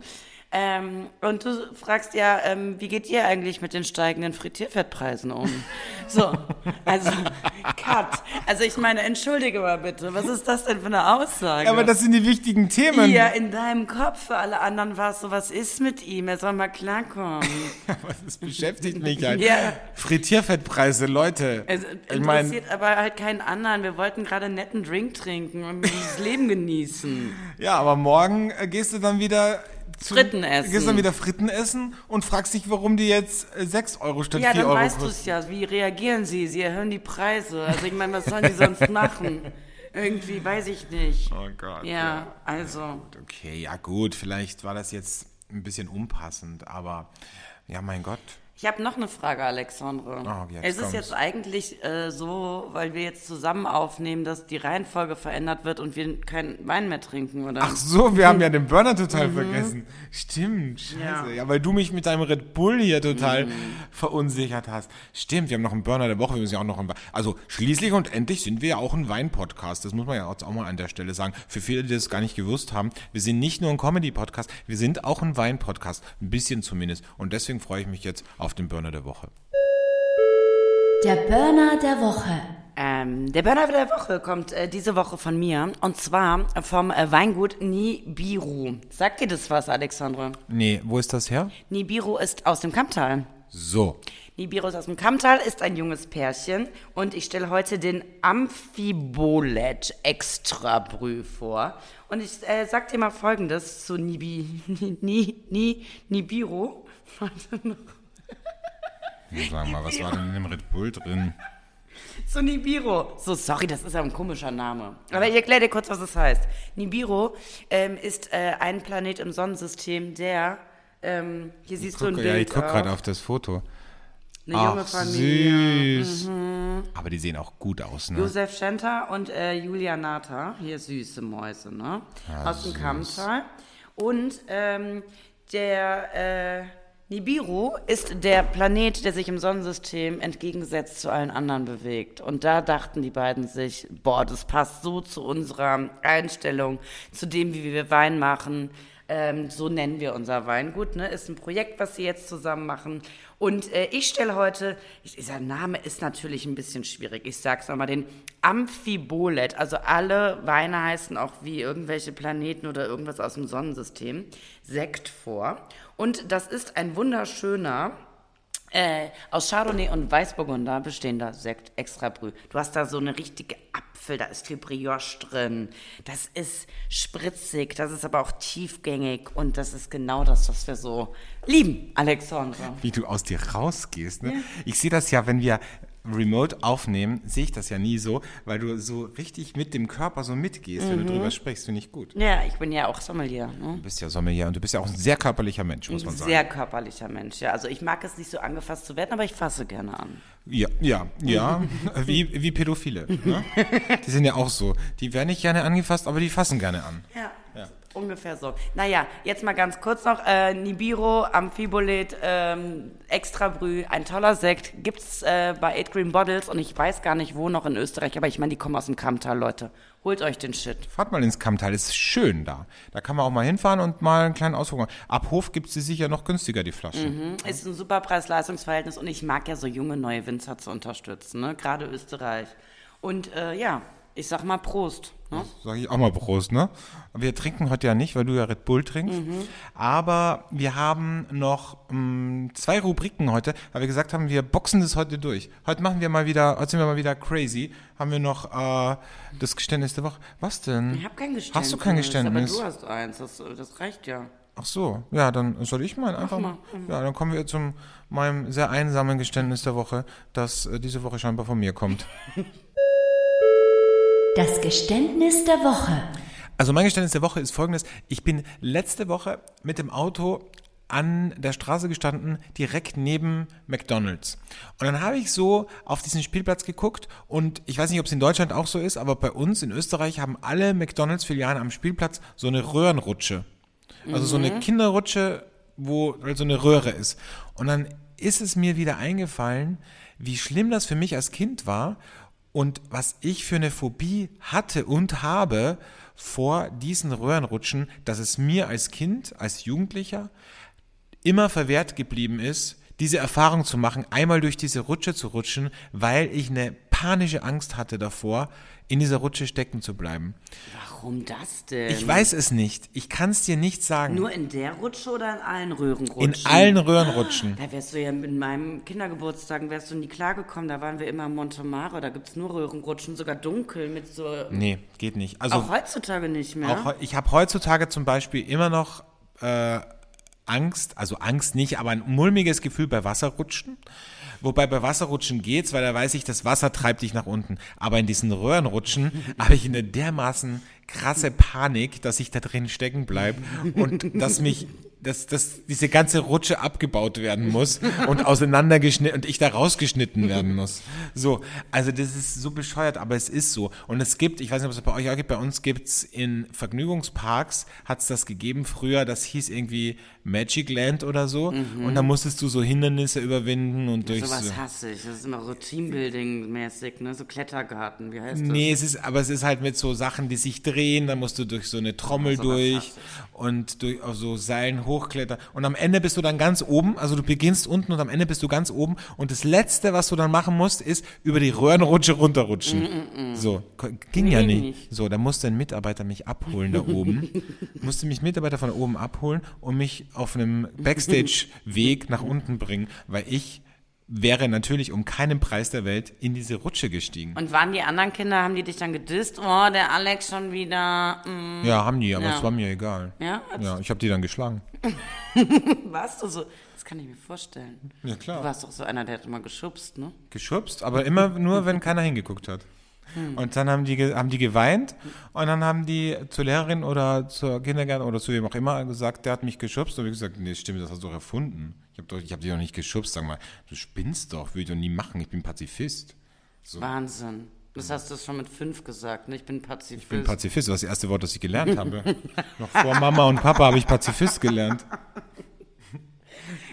Und du fragst ja, wie geht ihr eigentlich mit den steigenden Frittierfettpreisen um? So, also, Cut. Also ich meine, entschuldige mal bitte, was ist das denn für eine Aussage? Ja, aber das sind die wichtigen Themen. Ja, in deinem Kopf, für alle anderen war es so, was ist mit ihm? Er soll mal klarkommen. Aber das beschäftigt mich halt. Ja. Frittierfettpreise, Leute. Es interessiert aber halt keinen anderen. Wir wollten gerade einen netten Drink trinken und das Leben genießen. Ja, aber morgen gehst du dann wieder... Fritten essen. Gehst dann wieder Fritten essen und fragst dich, warum die jetzt 6 Euro statt 4 Euro kosten. Ja, dann weißt du es ja. Wie reagieren sie? Sie erhöhen die Preise. Also ich meine, was sollen die sonst machen? Irgendwie, weiß ich nicht. Oh Gott. Ja, also. Okay, ja gut, vielleicht war das jetzt ein bisschen unpassend, aber ja, mein Gott. Ich habe noch eine Frage, Alexandre. Es ist jetzt eigentlich so, weil wir jetzt zusammen aufnehmen, dass die Reihenfolge verändert wird und wir keinen Wein mehr trinken, oder? Ach so, wir haben ja den Burner total vergessen. Stimmt, scheiße. Ja, weil du mich mit deinem Red Bull hier total verunsichert hast. Stimmt, wir haben noch einen Burner der Woche, wir müssen ja auch noch also schließlich und endlich sind wir ja auch ein Wein-Podcast. Das muss man ja auch mal an der Stelle sagen. Für viele, die das gar nicht gewusst haben, wir sind nicht nur ein Comedy-Podcast, wir sind auch ein Wein-Podcast. Ein bisschen zumindest. Und deswegen freue ich mich jetzt auf den Burner der Woche. Der Burner der Woche. Der Burner der Woche kommt diese Woche von mir und zwar vom Weingut Nibiru. Sagt dir das was, Alexandre? Nee, wo ist das her? Nibiru ist aus dem Kammtal. So. Nibiru ist aus dem Kammtal, ist ein junges Pärchen und ich stelle heute den Amphibolet Extra Brü vor. Und ich sag dir mal Folgendes zu Nibiru. Warte noch. Sag mal, was war denn in dem Red Bull drin? So Nibiru. So, sorry, das ist ja ein komischer Name. Aber ich erkläre dir kurz, was das heißt. Nibiru ist ein Planet im Sonnensystem, der, hier siehst du ein Bild. Ja, ich gucke gerade auf das Foto. Eine junge Familie. Süß. Aber die sehen auch gut aus, ne? Josef Schenter und Julia Nata. Hier süße Mäuse, ne? Ja, aus dem Kammtal. Und der Nibiru ist der Planet, der sich im Sonnensystem entgegengesetzt zu allen anderen bewegt. Und da dachten die beiden sich, boah, das passt so zu unserer Einstellung, zu dem, wie wir Wein machen. So nennen wir unser Weingut, ne? Ist ein Projekt, was sie jetzt zusammen machen. Und ich stelle heute, dieser Name ist natürlich ein bisschen schwierig, ich sag's nochmal, den Amphibolet. Also alle Weine heißen auch wie irgendwelche Planeten oder irgendwas aus dem Sonnensystem. Sekt vor. Und das ist ein wunderschöner, aus Chardonnay und Weißburgunder bestehender Sekt, extra Brü. Du hast da so eine richtige Apfel, da ist viel Brioche drin. Das ist spritzig, das ist aber auch tiefgängig und das ist genau das, was wir so lieben, Alexandra. Wie du aus dir rausgehst, ne? Ja. Ich sehe das ja, wenn wir remote aufnehmen, sehe ich das ja nie so, weil du so richtig mit dem Körper so mitgehst, wenn du drüber sprichst, finde ich gut. Ja, ich bin ja auch Sommelier. Ne? Du bist ja Sommelier und du bist ja auch ein sehr körperlicher Mensch, muss man sagen. Sehr körperlicher Mensch, ja. Also ich mag es nicht so angefasst zu werden, aber ich fasse gerne an. Ja, wie Pädophile. Ne? Die sind ja auch so. Die werden nicht gerne angefasst, aber die fassen gerne an. Ja. Ungefähr so. Naja, jetzt mal ganz kurz noch. Nibiru, Amphibolet, Extra Brü, ein toller Sekt. Gibt's bei 8 Green Bottles und ich weiß gar nicht wo noch in Österreich, aber ich meine, die kommen aus dem Kammtal, Leute. Holt euch den Shit. Fahrt mal ins Kammtal, ist schön da. Da kann man auch mal hinfahren und mal einen kleinen Ausflug machen. Ab Hof gibt es sie sicher noch günstiger, die Flaschen. Ist ein super Preis-Leistungs-Verhältnis und ich mag ja so junge, neue Winzer zu unterstützen, ne? Gerade Österreich. Und ich sag mal Prost. Ne? Sag ich auch mal Prost, ne? Wir trinken heute ja nicht, weil du ja Red Bull trinkst. Aber wir haben noch 2 Rubriken heute, weil wir gesagt haben, wir boxen das heute durch. Heute sind wir mal wieder crazy. Haben wir noch das Geständnis der Woche. Was denn? Ich habe kein Geständnis. Hast du kein Geständnis? Aber du hast eins, das reicht ja. Ach so, ja, dann soll ich mal einfach mal. Ja, dann kommen wir zu meinem sehr einsamen Geständnis der Woche, das diese Woche scheinbar von mir kommt. Das Geständnis der Woche. Also mein Geständnis der Woche ist folgendes. Ich bin letzte Woche mit dem Auto an der Straße gestanden, direkt neben McDonald's. Und dann habe ich so auf diesen Spielplatz geguckt und ich weiß nicht, ob es in Deutschland auch so ist, aber bei uns in Österreich haben alle McDonald's-Filialen am Spielplatz so eine Röhrenrutsche. Also so eine Kinderrutsche, wo halt so eine Röhre ist. Und dann ist es mir wieder eingefallen, wie schlimm das für mich als Kind war und was ich für eine Phobie hatte und habe vor diesen Röhrenrutschen, dass es mir als Kind, als Jugendlicher immer verwehrt geblieben ist, diese Erfahrung zu machen, einmal durch diese Rutsche zu rutschen, weil ich eine panische Angst hatte davor, in dieser Rutsche stecken zu bleiben. Warum das denn? Ich weiß es nicht. Ich kann es dir nicht sagen. Nur in der Rutsche oder in allen Röhrenrutschen? In allen Röhrenrutschen. Da wärst du ja in meinem Kindergeburtstag, wärst du nie klargekommen. Da waren wir immer in Montemare, da gibt es nur Röhrenrutschen, sogar dunkel mit so... Nee, geht nicht. Also, auch heutzutage nicht mehr? Ich habe heutzutage zum Beispiel immer noch Angst, also Angst nicht, aber ein mulmiges Gefühl bei Wasserrutschen. Wobei bei Wasserrutschen geht's, weil da weiß ich, das Wasser treibt dich nach unten. Aber in diesen Röhrenrutschen habe ich eine dermaßen krasse Panik, dass ich da drin stecken bleibe und dass diese ganze Rutsche abgebaut werden muss und auseinandergeschnitten und ich da rausgeschnitten werden muss. So, also das ist so bescheuert, aber es ist so. Und es gibt, ich weiß nicht, ob es bei euch auch gibt, bei uns gibt's in Vergnügungsparks, hat's das gegeben früher, das hieß irgendwie Magic Land oder so. Und da musstest du so Hindernisse überwinden und durch sowas hasse ich. Das ist immer so Teambuilding-mäßig, ne? So Klettergarten, wie heißt das? Nee, es ist halt mit so Sachen, die sich drehen, da musst du durch so eine Trommel durch und durch auf so Seilen hochklettern. Und am Ende bist du dann ganz oben, also du beginnst unten und am Ende bist du ganz oben und das Letzte, was du dann machen musst, ist über die Röhrenrutsche runterrutschen. So, ging ja nicht. So, da musste ein Mitarbeiter mich abholen da oben. Musste mich Mitarbeiter von oben abholen und mich auf einem Backstage-Weg nach unten bringen, weil ich wäre natürlich um keinen Preis der Welt in diese Rutsche gestiegen. Und waren die anderen Kinder, haben die dich dann gedisst? Oh, der Alex schon wieder. Ja, haben die, aber es war mir egal. Ja? Ja, ich habe die dann geschlagen. Warst du so? Das kann ich mir vorstellen. Ja, klar. Du warst doch so einer, der hat immer geschubst, ne? Geschubst, aber immer nur, wenn keiner hingeguckt hat. Und dann haben die geweint und dann haben die zur Lehrerin oder zur Kindergärtnerin oder zu wem auch immer gesagt, der hat mich geschubst. Und ich gesagt, nee, stimmt, das hast du doch erfunden. Ich hab dich doch nicht geschubst. Sag mal, du spinnst doch, würde ich doch nie machen. Ich bin Pazifist. So. Wahnsinn. Das hast du schon mit 5 gesagt, ne? Ich bin Pazifist. Ich bin Pazifist, das war das erste Wort, das ich gelernt habe. Noch vor Mama und Papa habe ich Pazifist gelernt.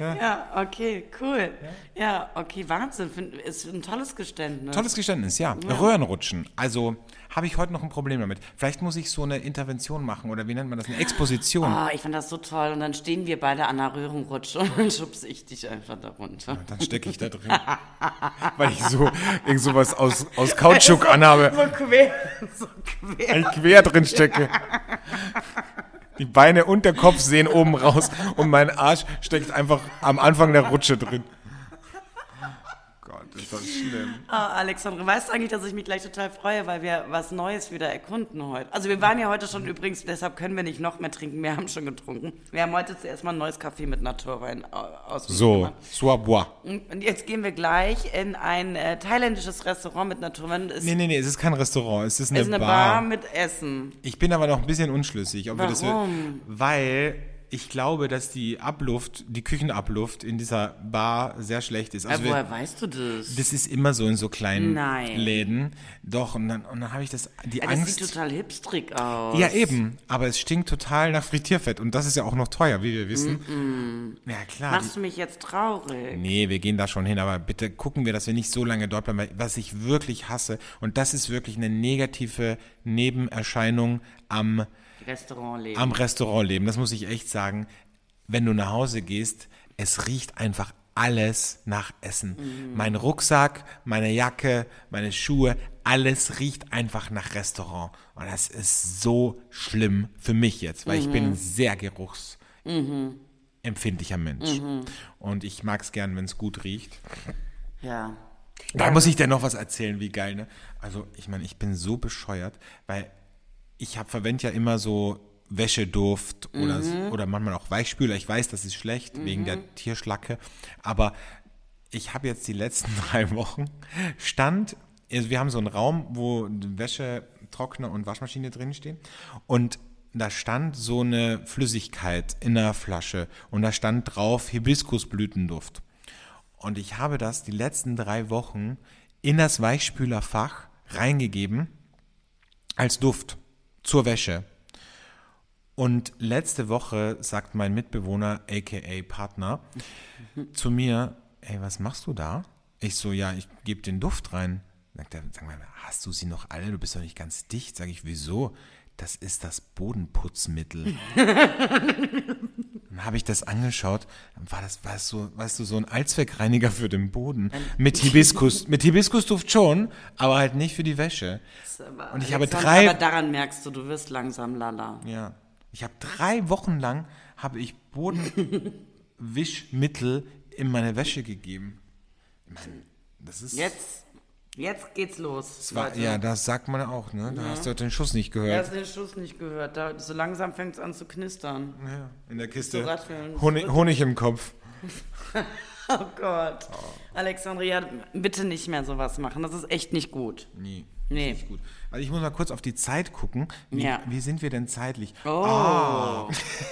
Ja, okay, cool. Ja, okay, Wahnsinn. Ist ein tolles Geständnis. Tolles Geständnis, ja. Röhrenrutschen. Also habe ich heute noch ein Problem damit. Vielleicht muss ich so eine Intervention machen oder wie nennt man das? Eine Exposition. Oh, ich fand das so toll. Und dann stehen wir beide an der Röhrenrutsche und dann schubse ich dich einfach da runter. Und dann stecke ich da drin. Weil ich so irgend sowas aus Kautschuk anhabe. So quer. Weil ich quer drin stecke. Die Beine und der Kopf sehen oben raus und mein Arsch steckt einfach am Anfang der Rutsche drin. Gott, ist das schlimm. Alexandre, weißt du eigentlich, dass ich mich gleich total freue, weil wir was Neues wieder erkunden heute. Also wir waren ja heute schon übrigens, deshalb können wir nicht noch mehr trinken, wir haben schon getrunken. Wir haben heute zuerst mal ein neues Café mit Naturwein ausprobiert. So, Soir Bois. Und jetzt gehen wir gleich in ein thailändisches Restaurant mit Naturwein. Nee, es ist kein Restaurant, es ist Es ist eine Bar mit Essen. Ich bin aber noch ein bisschen unschlüssig, ob wir das... Warum? Weil ich glaube, dass die Küchenabluft in dieser Bar sehr schlecht ist. Also Woher weißt du das? das ist immer so in so kleinen Nein. Läden. Doch, und dann habe ich Das Angst... sieht total hipstrig aus. Ja, eben, aber es stinkt total nach Frittierfett und das ist ja auch noch teuer, wie wir wissen. Ja, klar. Machst du mich jetzt traurig? Nee, wir gehen da schon hin, aber bitte gucken wir, dass wir nicht so lange dort bleiben, weil was ich wirklich hasse, und das ist wirklich eine negative Nebenerscheinung am Restaurantleben, das muss ich echt sagen, wenn du nach Hause gehst, es riecht einfach alles nach Essen. Mein Rucksack, meine Jacke, meine Schuhe, alles riecht einfach nach Restaurant. Und das ist so schlimm für mich jetzt, weil ich bin ein sehr geruchsempfindlicher Mensch. Und ich mag es gern, wenn es gut riecht. Ja. Da muss ich dir noch was erzählen, wie geil, ne? Also, ich meine, ich bin so bescheuert, weil ich verwende ja immer so Wäscheduft oder manchmal auch Weichspüler. Ich weiß, das ist schlecht wegen der Tierschlacke, aber ich habe jetzt die letzten 3 Wochen also wir haben so einen Raum, wo Wäschetrockner und Waschmaschine drinstehen und da stand so eine Flüssigkeit in einer Flasche und da stand drauf Hibiskusblütenduft. Und ich habe das die letzten 3 Wochen in das Weichspülerfach reingegeben als Duft zur Wäsche. Und letzte Woche sagt mein Mitbewohner, aka Partner, zu mir, ey, was machst du da? Ich so, ja, ich gebe den Duft rein. Sagt er, sag mal, hast du sie noch alle? Du bist doch nicht ganz dicht. Sag ich, wieso? Das ist das Bodenputzmittel. Dann habe ich das angeschaut, dann war das so, weißt du, so ein Allzweckreiniger für den Boden. Mit Hibiskusduft schon, aber halt nicht für die Wäsche. Und ich habe Aber daran merkst du wirst langsam lala. Ja. Ich habe 3 Wochen lang Bodenwischmittel in meine Wäsche gegeben. Ich meine, das ist... Jetzt geht's los. Ja, das sagt man auch, ne? Da hast du den Schuss nicht gehört. Du hast den Schuss nicht gehört. So langsam fängt es an zu knistern. Ja, in der Kiste. So ratteln. Honig im Kopf. Oh Gott. Alexandria, bitte nicht mehr sowas machen. Das ist echt nicht gut. Nee. Nee. Nicht gut. Also ich muss mal kurz auf die Zeit gucken. Wie sind wir denn zeitlich? Oh.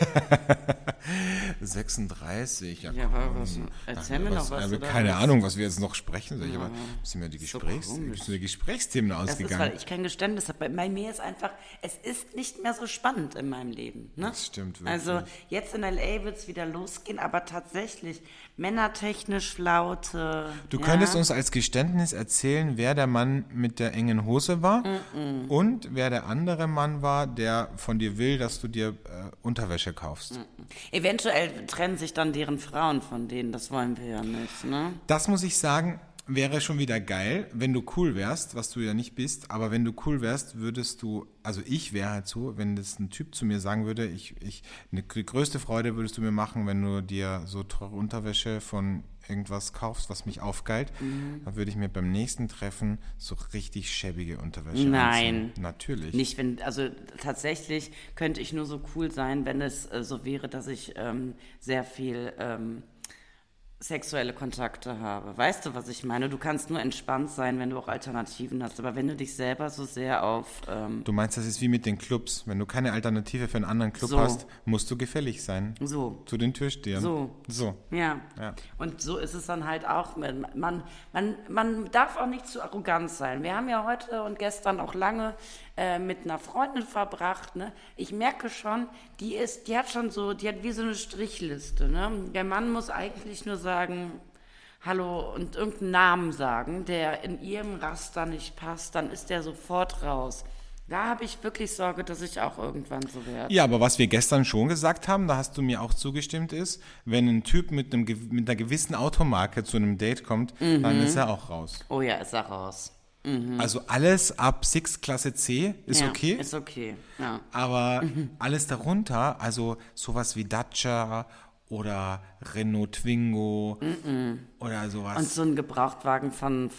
36. Ja, was? Erzähl mir noch was. Ich habe keine Ahnung, was wir jetzt noch sprechen sollen. Aber sind mir die Gesprächsthemen ausgegangen. Das ist, weil ich kein Geständnis habe. Bei mir ist einfach, es ist nicht mehr so spannend in meinem Leben. Ne? Das stimmt wirklich. Also jetzt in L.A. wird es wieder losgehen, aber tatsächlich männertechnisch Flaute. Du könntest uns als Geständnis erzählen, wer der Mann mit der engen Hose war und wer der andere Mann war, der von dir will, dass du dir Unterwäsche kaufst. Eventuell trennen sich dann deren Frauen von denen, das wollen wir ja nicht, ne? Das muss ich sagen, wäre schon wieder geil, wenn du cool wärst, was du ja nicht bist, aber wenn du cool wärst, würdest du, also ich wäre halt so, wenn das ein Typ zu mir sagen würde, die größte Freude würdest du mir machen, wenn du dir so teure Unterwäsche von irgendwas kaufst, was mich aufgeilt, dann würde ich mir beim nächsten Treffen so richtig schäbige Unterwäsche anziehen. Natürlich. Nicht, also tatsächlich könnte ich nur so cool sein, wenn es so wäre, dass ich sehr viel sexuelle Kontakte habe. Weißt du, was ich meine? Du kannst nur entspannt sein, wenn du auch Alternativen hast. Aber wenn du dich selber so sehr auf... Du meinst, das ist wie mit den Clubs. Wenn du keine Alternative für einen anderen Club hast, musst du gefällig sein. So. Zu den Türstehern. So. Ja. Und so ist es dann halt auch. Man darf auch nicht zu arrogant sein. Wir haben ja heute und gestern auch lange mit einer Freundin verbracht, ne? Ich merke schon, die hat wie so eine Strichliste, ne? Der Mann muss eigentlich nur sagen, hallo und irgendeinen Namen sagen, der in ihrem Raster nicht passt, dann ist der sofort raus. Da habe ich wirklich Sorge, dass ich auch irgendwann so werde. Ja, aber was wir gestern schon gesagt haben, da hast du mir auch zugestimmt, ist, wenn ein Typ mit einer gewissen Automarke zu einem Date kommt, dann ist er auch raus. Oh ja, ist er raus. Also alles ab 6 Klasse C ist okay. Ist okay, ja. Aber alles darunter, also sowas wie Dacia oder Renault Twingo oder sowas. Und so ein Gebrauchtwagen von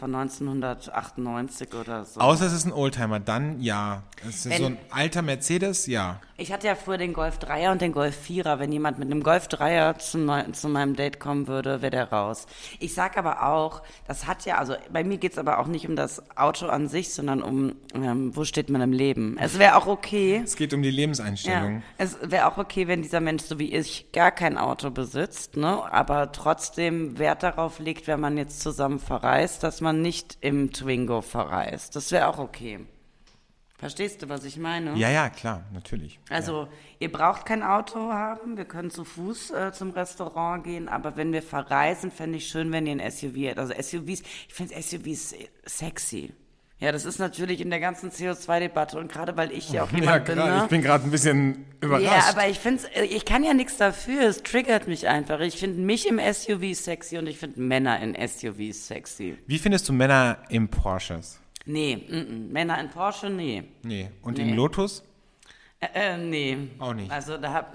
1998 oder so. Außer es ist ein Oldtimer, dann ja. Es ist so ein alter Mercedes, ja. Ich hatte ja früher den Golf 3er und den Golf 4er. Wenn jemand mit einem Golf 3er zu meinem Date kommen würde, wäre der raus. Ich sag aber auch, das hat ja, also bei mir geht's aber auch nicht um das Auto an sich, sondern um, wo steht man im Leben. Es wäre auch okay. Es geht um die Lebenseinstellung. Ja, es wäre auch okay, wenn dieser Mensch, so wie ich, gar kein Auto besitzt, ne, aber trotzdem Wert darauf legt, wenn man jetzt zusammen verreist, dass man nicht im Twingo verreist. Das wäre auch okay. Verstehst du, was ich meine? Ja, ja, klar, natürlich. Also, ihr braucht kein Auto haben, wir können zu Fuß zum Restaurant gehen, aber wenn wir verreisen, fände ich schön, wenn ihr ein SUV habt. Also SUVs, ich finde SUVs sexy. Ja, das ist natürlich in der ganzen CO2-Debatte und gerade weil ich ja auch jemand bin, ne? Ich bin gerade ein bisschen überrascht. Ja, aber ich kann ja nichts dafür, es triggert mich einfach. Ich finde mich im SUV sexy und ich finde Männer in SUVs sexy. Wie findest du Männer im Porsches? Nee, Männer in Porsche, nee. Nee. Und im Lotus? Nee. Auch nicht. Also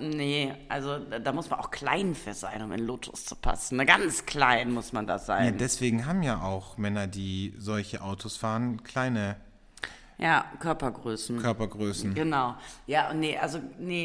da muss man auch klein für sein, um in Lotus zu passen. Ganz klein muss man das sein. Ja, deswegen haben ja auch Männer, die solche Autos fahren, kleine Körpergrößen. Genau. Ja, also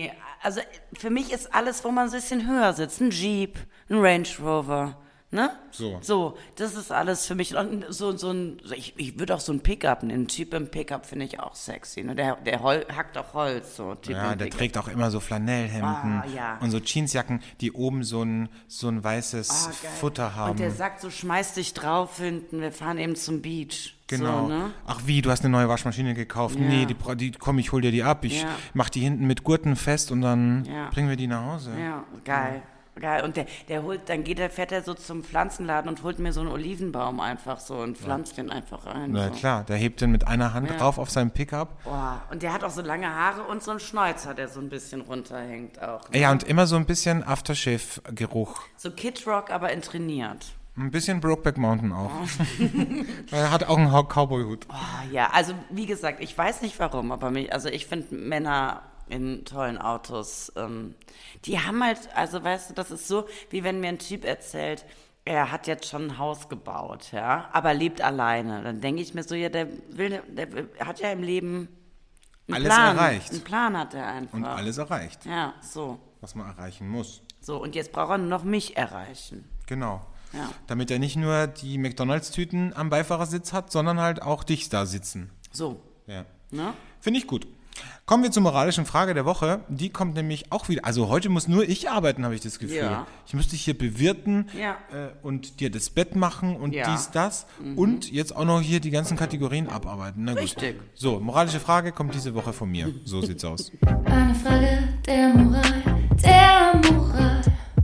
für mich ist alles, wo man so ein bisschen höher sitzt. Ein Jeep, ein Range Rover, ne? So, das ist alles für mich. Und ich würde auch so ein Pickup nehmen. Ein Typ im Pickup finde ich auch sexy. Ne? Der hackt auch Holz. So, typ ja, der trägt auch immer so Flanellhemden und so Jeansjacken, die oben so ein weißes Futter haben. Und der sagt so, schmeiß dich drauf hinten, wir fahren eben zum Beach. Genau. So, ne? Ach wie, du hast eine neue Waschmaschine gekauft. Ja. Nee, komm, ich hol dir die ab. Ich mach die hinten mit Gurten fest und dann bringen wir die nach Hause. Ja, geil. Geil. Und fährt er so zum Pflanzenladen und holt mir so einen Olivenbaum einfach so und pflanzt den einfach rein. Na so. Klar, der hebt den mit einer Hand drauf auf seinem Pickup. Boah, und der hat auch so lange Haare und so einen Schnäuzer, der so ein bisschen runterhängt auch. Ne? Ja, und immer so ein bisschen Aftershave-Geruch. So Kid Rock, aber trainiert. Ein bisschen Brokeback Mountain auch. Er hat auch einen Cowboy-Hut. Oh, ja, also wie gesagt, ich weiß nicht warum, aber ich finde Männer in tollen Autos, die haben halt, also weißt du, das ist so, wie wenn mir ein Typ erzählt, er hat jetzt schon ein Haus gebaut, ja, aber lebt alleine. Dann denke ich mir so, ja, der hat ja im Leben einen Plan. Erreicht. Einen Plan hat er einfach. Und alles erreicht. Ja, so. Was man erreichen muss. So, und jetzt braucht er nur noch mich erreichen. Genau. Ja. Damit er nicht nur die McDonalds-Tüten am Beifahrersitz hat, sondern halt auch dich da sitzen. So. Ja. Ne? Finde ich gut. Kommen wir zur moralischen Frage der Woche. Die kommt nämlich auch wieder. Also heute muss nur ich arbeiten, habe ich das Gefühl. Ja. Ich müsste dich hier bewirten und dir das Bett machen und dies, das. Und jetzt auch noch hier die ganzen Kategorien abarbeiten. Na gut. Richtig. So, moralische Frage kommt diese Woche von mir. So sieht's aus. Eine Frage der Moral, der Moral.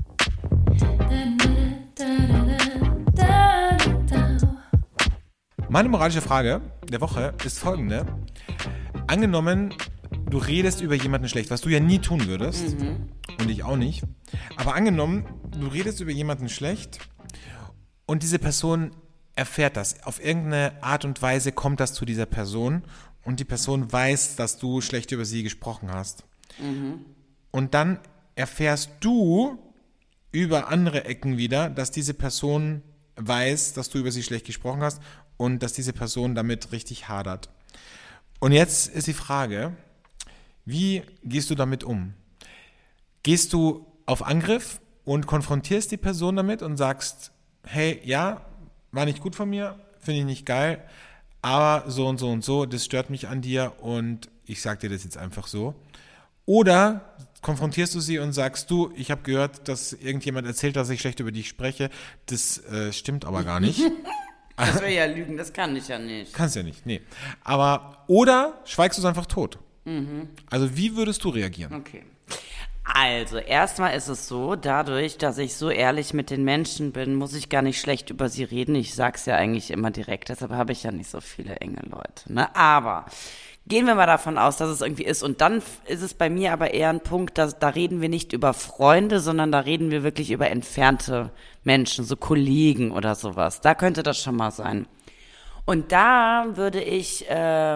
Meine moralische Frage der Woche ist folgende. Angenommen, du redest über jemanden schlecht, was du ja nie tun würdest, und ich auch nicht, aber angenommen, du redest über jemanden schlecht und diese Person erfährt das. Auf irgendeine Art und Weise kommt das zu dieser Person und die Person weiß, dass du schlecht über sie gesprochen hast. Und dann erfährst du über andere Ecken wieder, dass diese Person weiß, dass du über sie schlecht gesprochen hast und dass diese Person damit richtig hadert. Und jetzt ist die Frage, wie gehst du damit um? Gehst du auf Angriff und konfrontierst die Person damit und sagst, hey, ja, war nicht gut von mir, finde ich nicht geil, aber so und so und so, das stört mich an dir und ich sag dir das jetzt einfach so. Oder konfrontierst du sie und sagst, du, ich habe gehört, dass irgendjemand erzählt, dass ich schlecht über dich spreche, das stimmt aber gar nicht. Das wäre ja Lügen, das kann ich ja nicht. Kannst ja nicht, nee. Aber, oder schweigst du es einfach tot? Also wie würdest du reagieren? Okay. Also, erstmal ist es so, dadurch, dass ich so ehrlich mit den Menschen bin, muss ich gar nicht schlecht über sie reden. Ich sag's ja eigentlich immer direkt, deshalb habe ich ja nicht so viele enge Leute. Ne? Aber gehen wir mal davon aus, dass es irgendwie ist. Und dann ist es bei mir aber eher ein Punkt, da reden wir nicht über Freunde, sondern da reden wir wirklich über entfernte Menschen, so Kollegen oder sowas. Da könnte das schon mal sein. Und da würde ich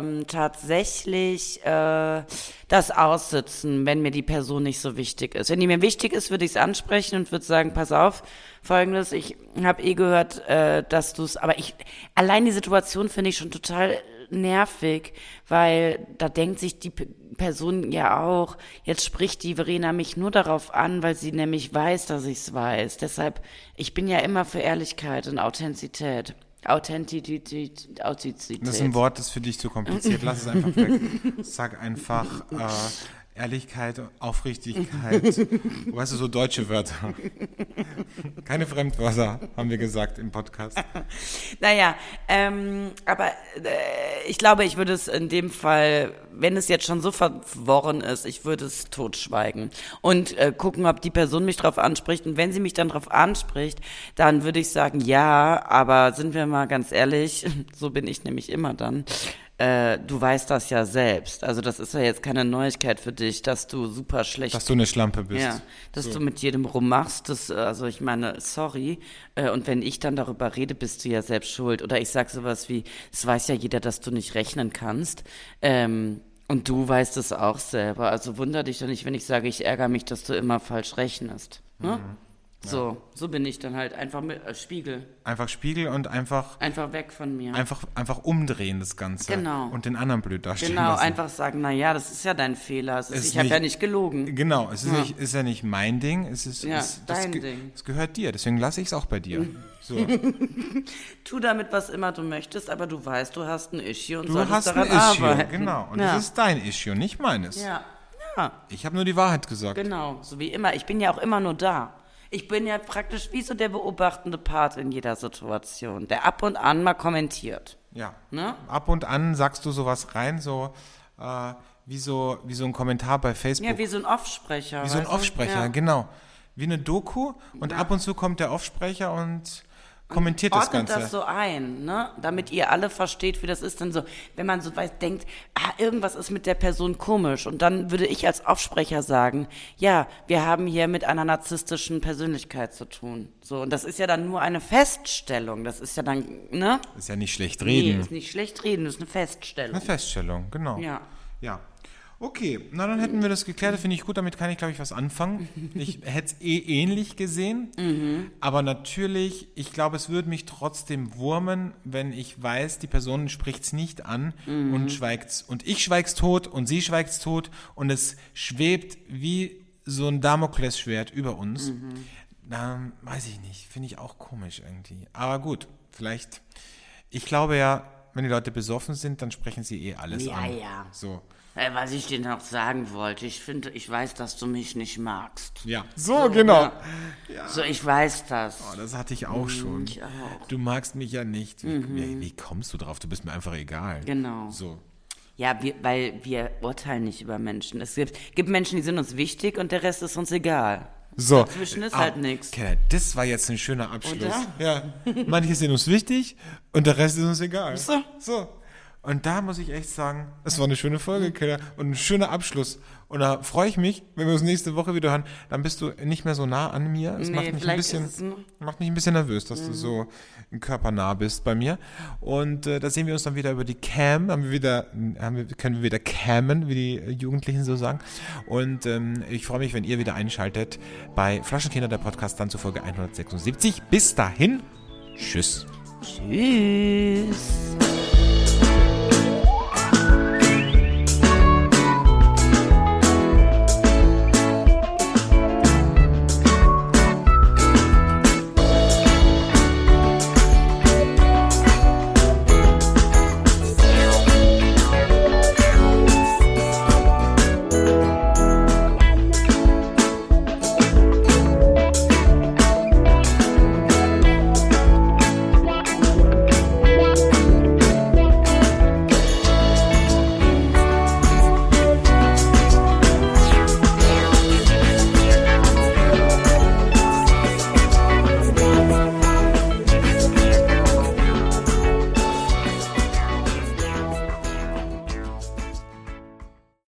tatsächlich das aussitzen, wenn mir die Person nicht so wichtig ist. Wenn die mir wichtig ist, würde ich es ansprechen und würde sagen, pass auf, Folgendes, ich habe gehört, dass du es, aber allein die Situation finde ich schon total nervig, weil da denkt sich die Person ja auch, jetzt spricht die Verena mich nur darauf an, weil sie nämlich weiß, dass ich es weiß. Deshalb, ich bin ja immer für Ehrlichkeit und Authentizität. Authentizität. Das ist ein Wort, das ist für dich zu kompliziert. Lass es einfach weg. Sag einfach Ehrlichkeit, Aufrichtigkeit. Weißt du, so deutsche Wörter. Keine Fremdwörter, haben wir gesagt im Podcast. Naja, aber ich glaube, ich würde es in dem Fall, wenn es jetzt schon so verworren ist, ich würde es totschweigen und gucken, ob die Person mich drauf anspricht. Und wenn sie mich dann drauf anspricht, dann würde ich sagen, ja, aber sind wir mal ganz ehrlich, so bin ich nämlich immer dann. Du weißt das ja selbst. Also das ist ja jetzt keine Neuigkeit für dich, dass du super schlecht... Dass du eine Schlampe bist. Ja, dass du mit jedem rummachst. Also ich meine, sorry. Und wenn ich dann darüber rede, bist du ja selbst schuld. Oder ich sag sowas wie, es weiß ja jeder, dass du nicht rechnen kannst. Und du weißt es auch selber. Also wunder dich doch nicht, wenn ich sage, ich ärgere mich, dass du immer falsch rechnest. Ne? Ja. So bin ich dann halt einfach mit Spiegel. Einfach Spiegel und einfach weg von mir. Einfach umdrehen das Ganze. Genau. Und den anderen blöd darstellen Genau, lassen. einfach sagen, naja, das ist ja dein Fehler. Ich habe ja nicht gelogen. Genau, es ist ja nicht mein Ding, es ist dein Ding. Es gehört dir, deswegen lasse ich es auch bei dir. So. Tu damit, was immer du möchtest, aber du weißt, du hast ein Issue und du solltest hast daran ein Issue, arbeiten. genau. Und das ist dein Issue, nicht meines. Ja. Ich habe nur die Wahrheit gesagt. Genau, so wie immer. Ich bin ja auch immer nur da. Ich bin ja praktisch wie so der beobachtende Part in jeder Situation, der ab und an mal kommentiert. Ja. Ne? Ab und an sagst du sowas rein, so wie so ein Kommentar bei Facebook. Ja, wie so ein Offsprecher. Wie so ein Offsprecher, ja. Genau. Wie eine Doku und ab und zu kommt der Offsprecher und kommentiert das Ganze. Ordnet das so ein, ne? Damit ihr alle versteht, wie das ist. Denn so, wenn man so weit denkt, irgendwas ist mit der Person komisch. Und dann würde ich als Aufsprecher sagen, ja, wir haben hier mit einer narzisstischen Persönlichkeit zu tun. So, und das ist ja dann nur eine Feststellung. Das ist ja dann, ne? Das ist ja nicht schlecht reden. Nee, ist nicht schlecht reden, das ist eine Feststellung. Eine Feststellung, genau. Ja. Okay, na dann hätten wir das geklärt, das finde ich gut, damit kann ich, glaube ich, was anfangen. Ich hätte es ähnlich gesehen, aber natürlich, ich glaube, es würde mich trotzdem wurmen, wenn ich weiß, die Person spricht es nicht an und schweigt's. Und ich schweig's tot und sie schweigt's tot und es schwebt wie so ein Damoklesschwert über uns. Weiß ich nicht, finde ich auch komisch irgendwie. Aber gut, vielleicht, ich glaube ja, wenn die Leute besoffen sind, dann sprechen sie alles an. Ja. So. Was ich dir noch sagen wollte, ich weiß, dass du mich nicht magst. Ja, so genau. Ja. So, ich weiß das. Oh, das hatte ich auch schon. Ich auch. Du magst mich ja nicht. Wie kommst du drauf? Du bist mir einfach egal. Genau. So. Ja, weil wir urteilen nicht über Menschen. Es gibt Menschen, die sind uns wichtig und der Rest ist uns egal. So. Dazwischen ist halt nichts. Okay, das war jetzt ein schöner Abschluss. Oder? Ja. Manche sind uns wichtig und der Rest ist uns egal. So. Und da muss ich echt sagen, es war eine schöne Folge, Keller, und ein schöner Abschluss. Und da freue ich mich, wenn wir uns nächste Woche wieder hören, dann bist du nicht mehr so nah an mir. Es macht mich ein bisschen nervös, dass du so körpernah bist bei mir. Und da sehen wir uns dann wieder über die Cam, können wir wieder cammen, wie die Jugendlichen so sagen. Und ich freue mich, wenn ihr wieder einschaltet bei Flaschenkinder, der Podcast, dann zur Folge 176. Bis dahin, tschüss. Tschüss.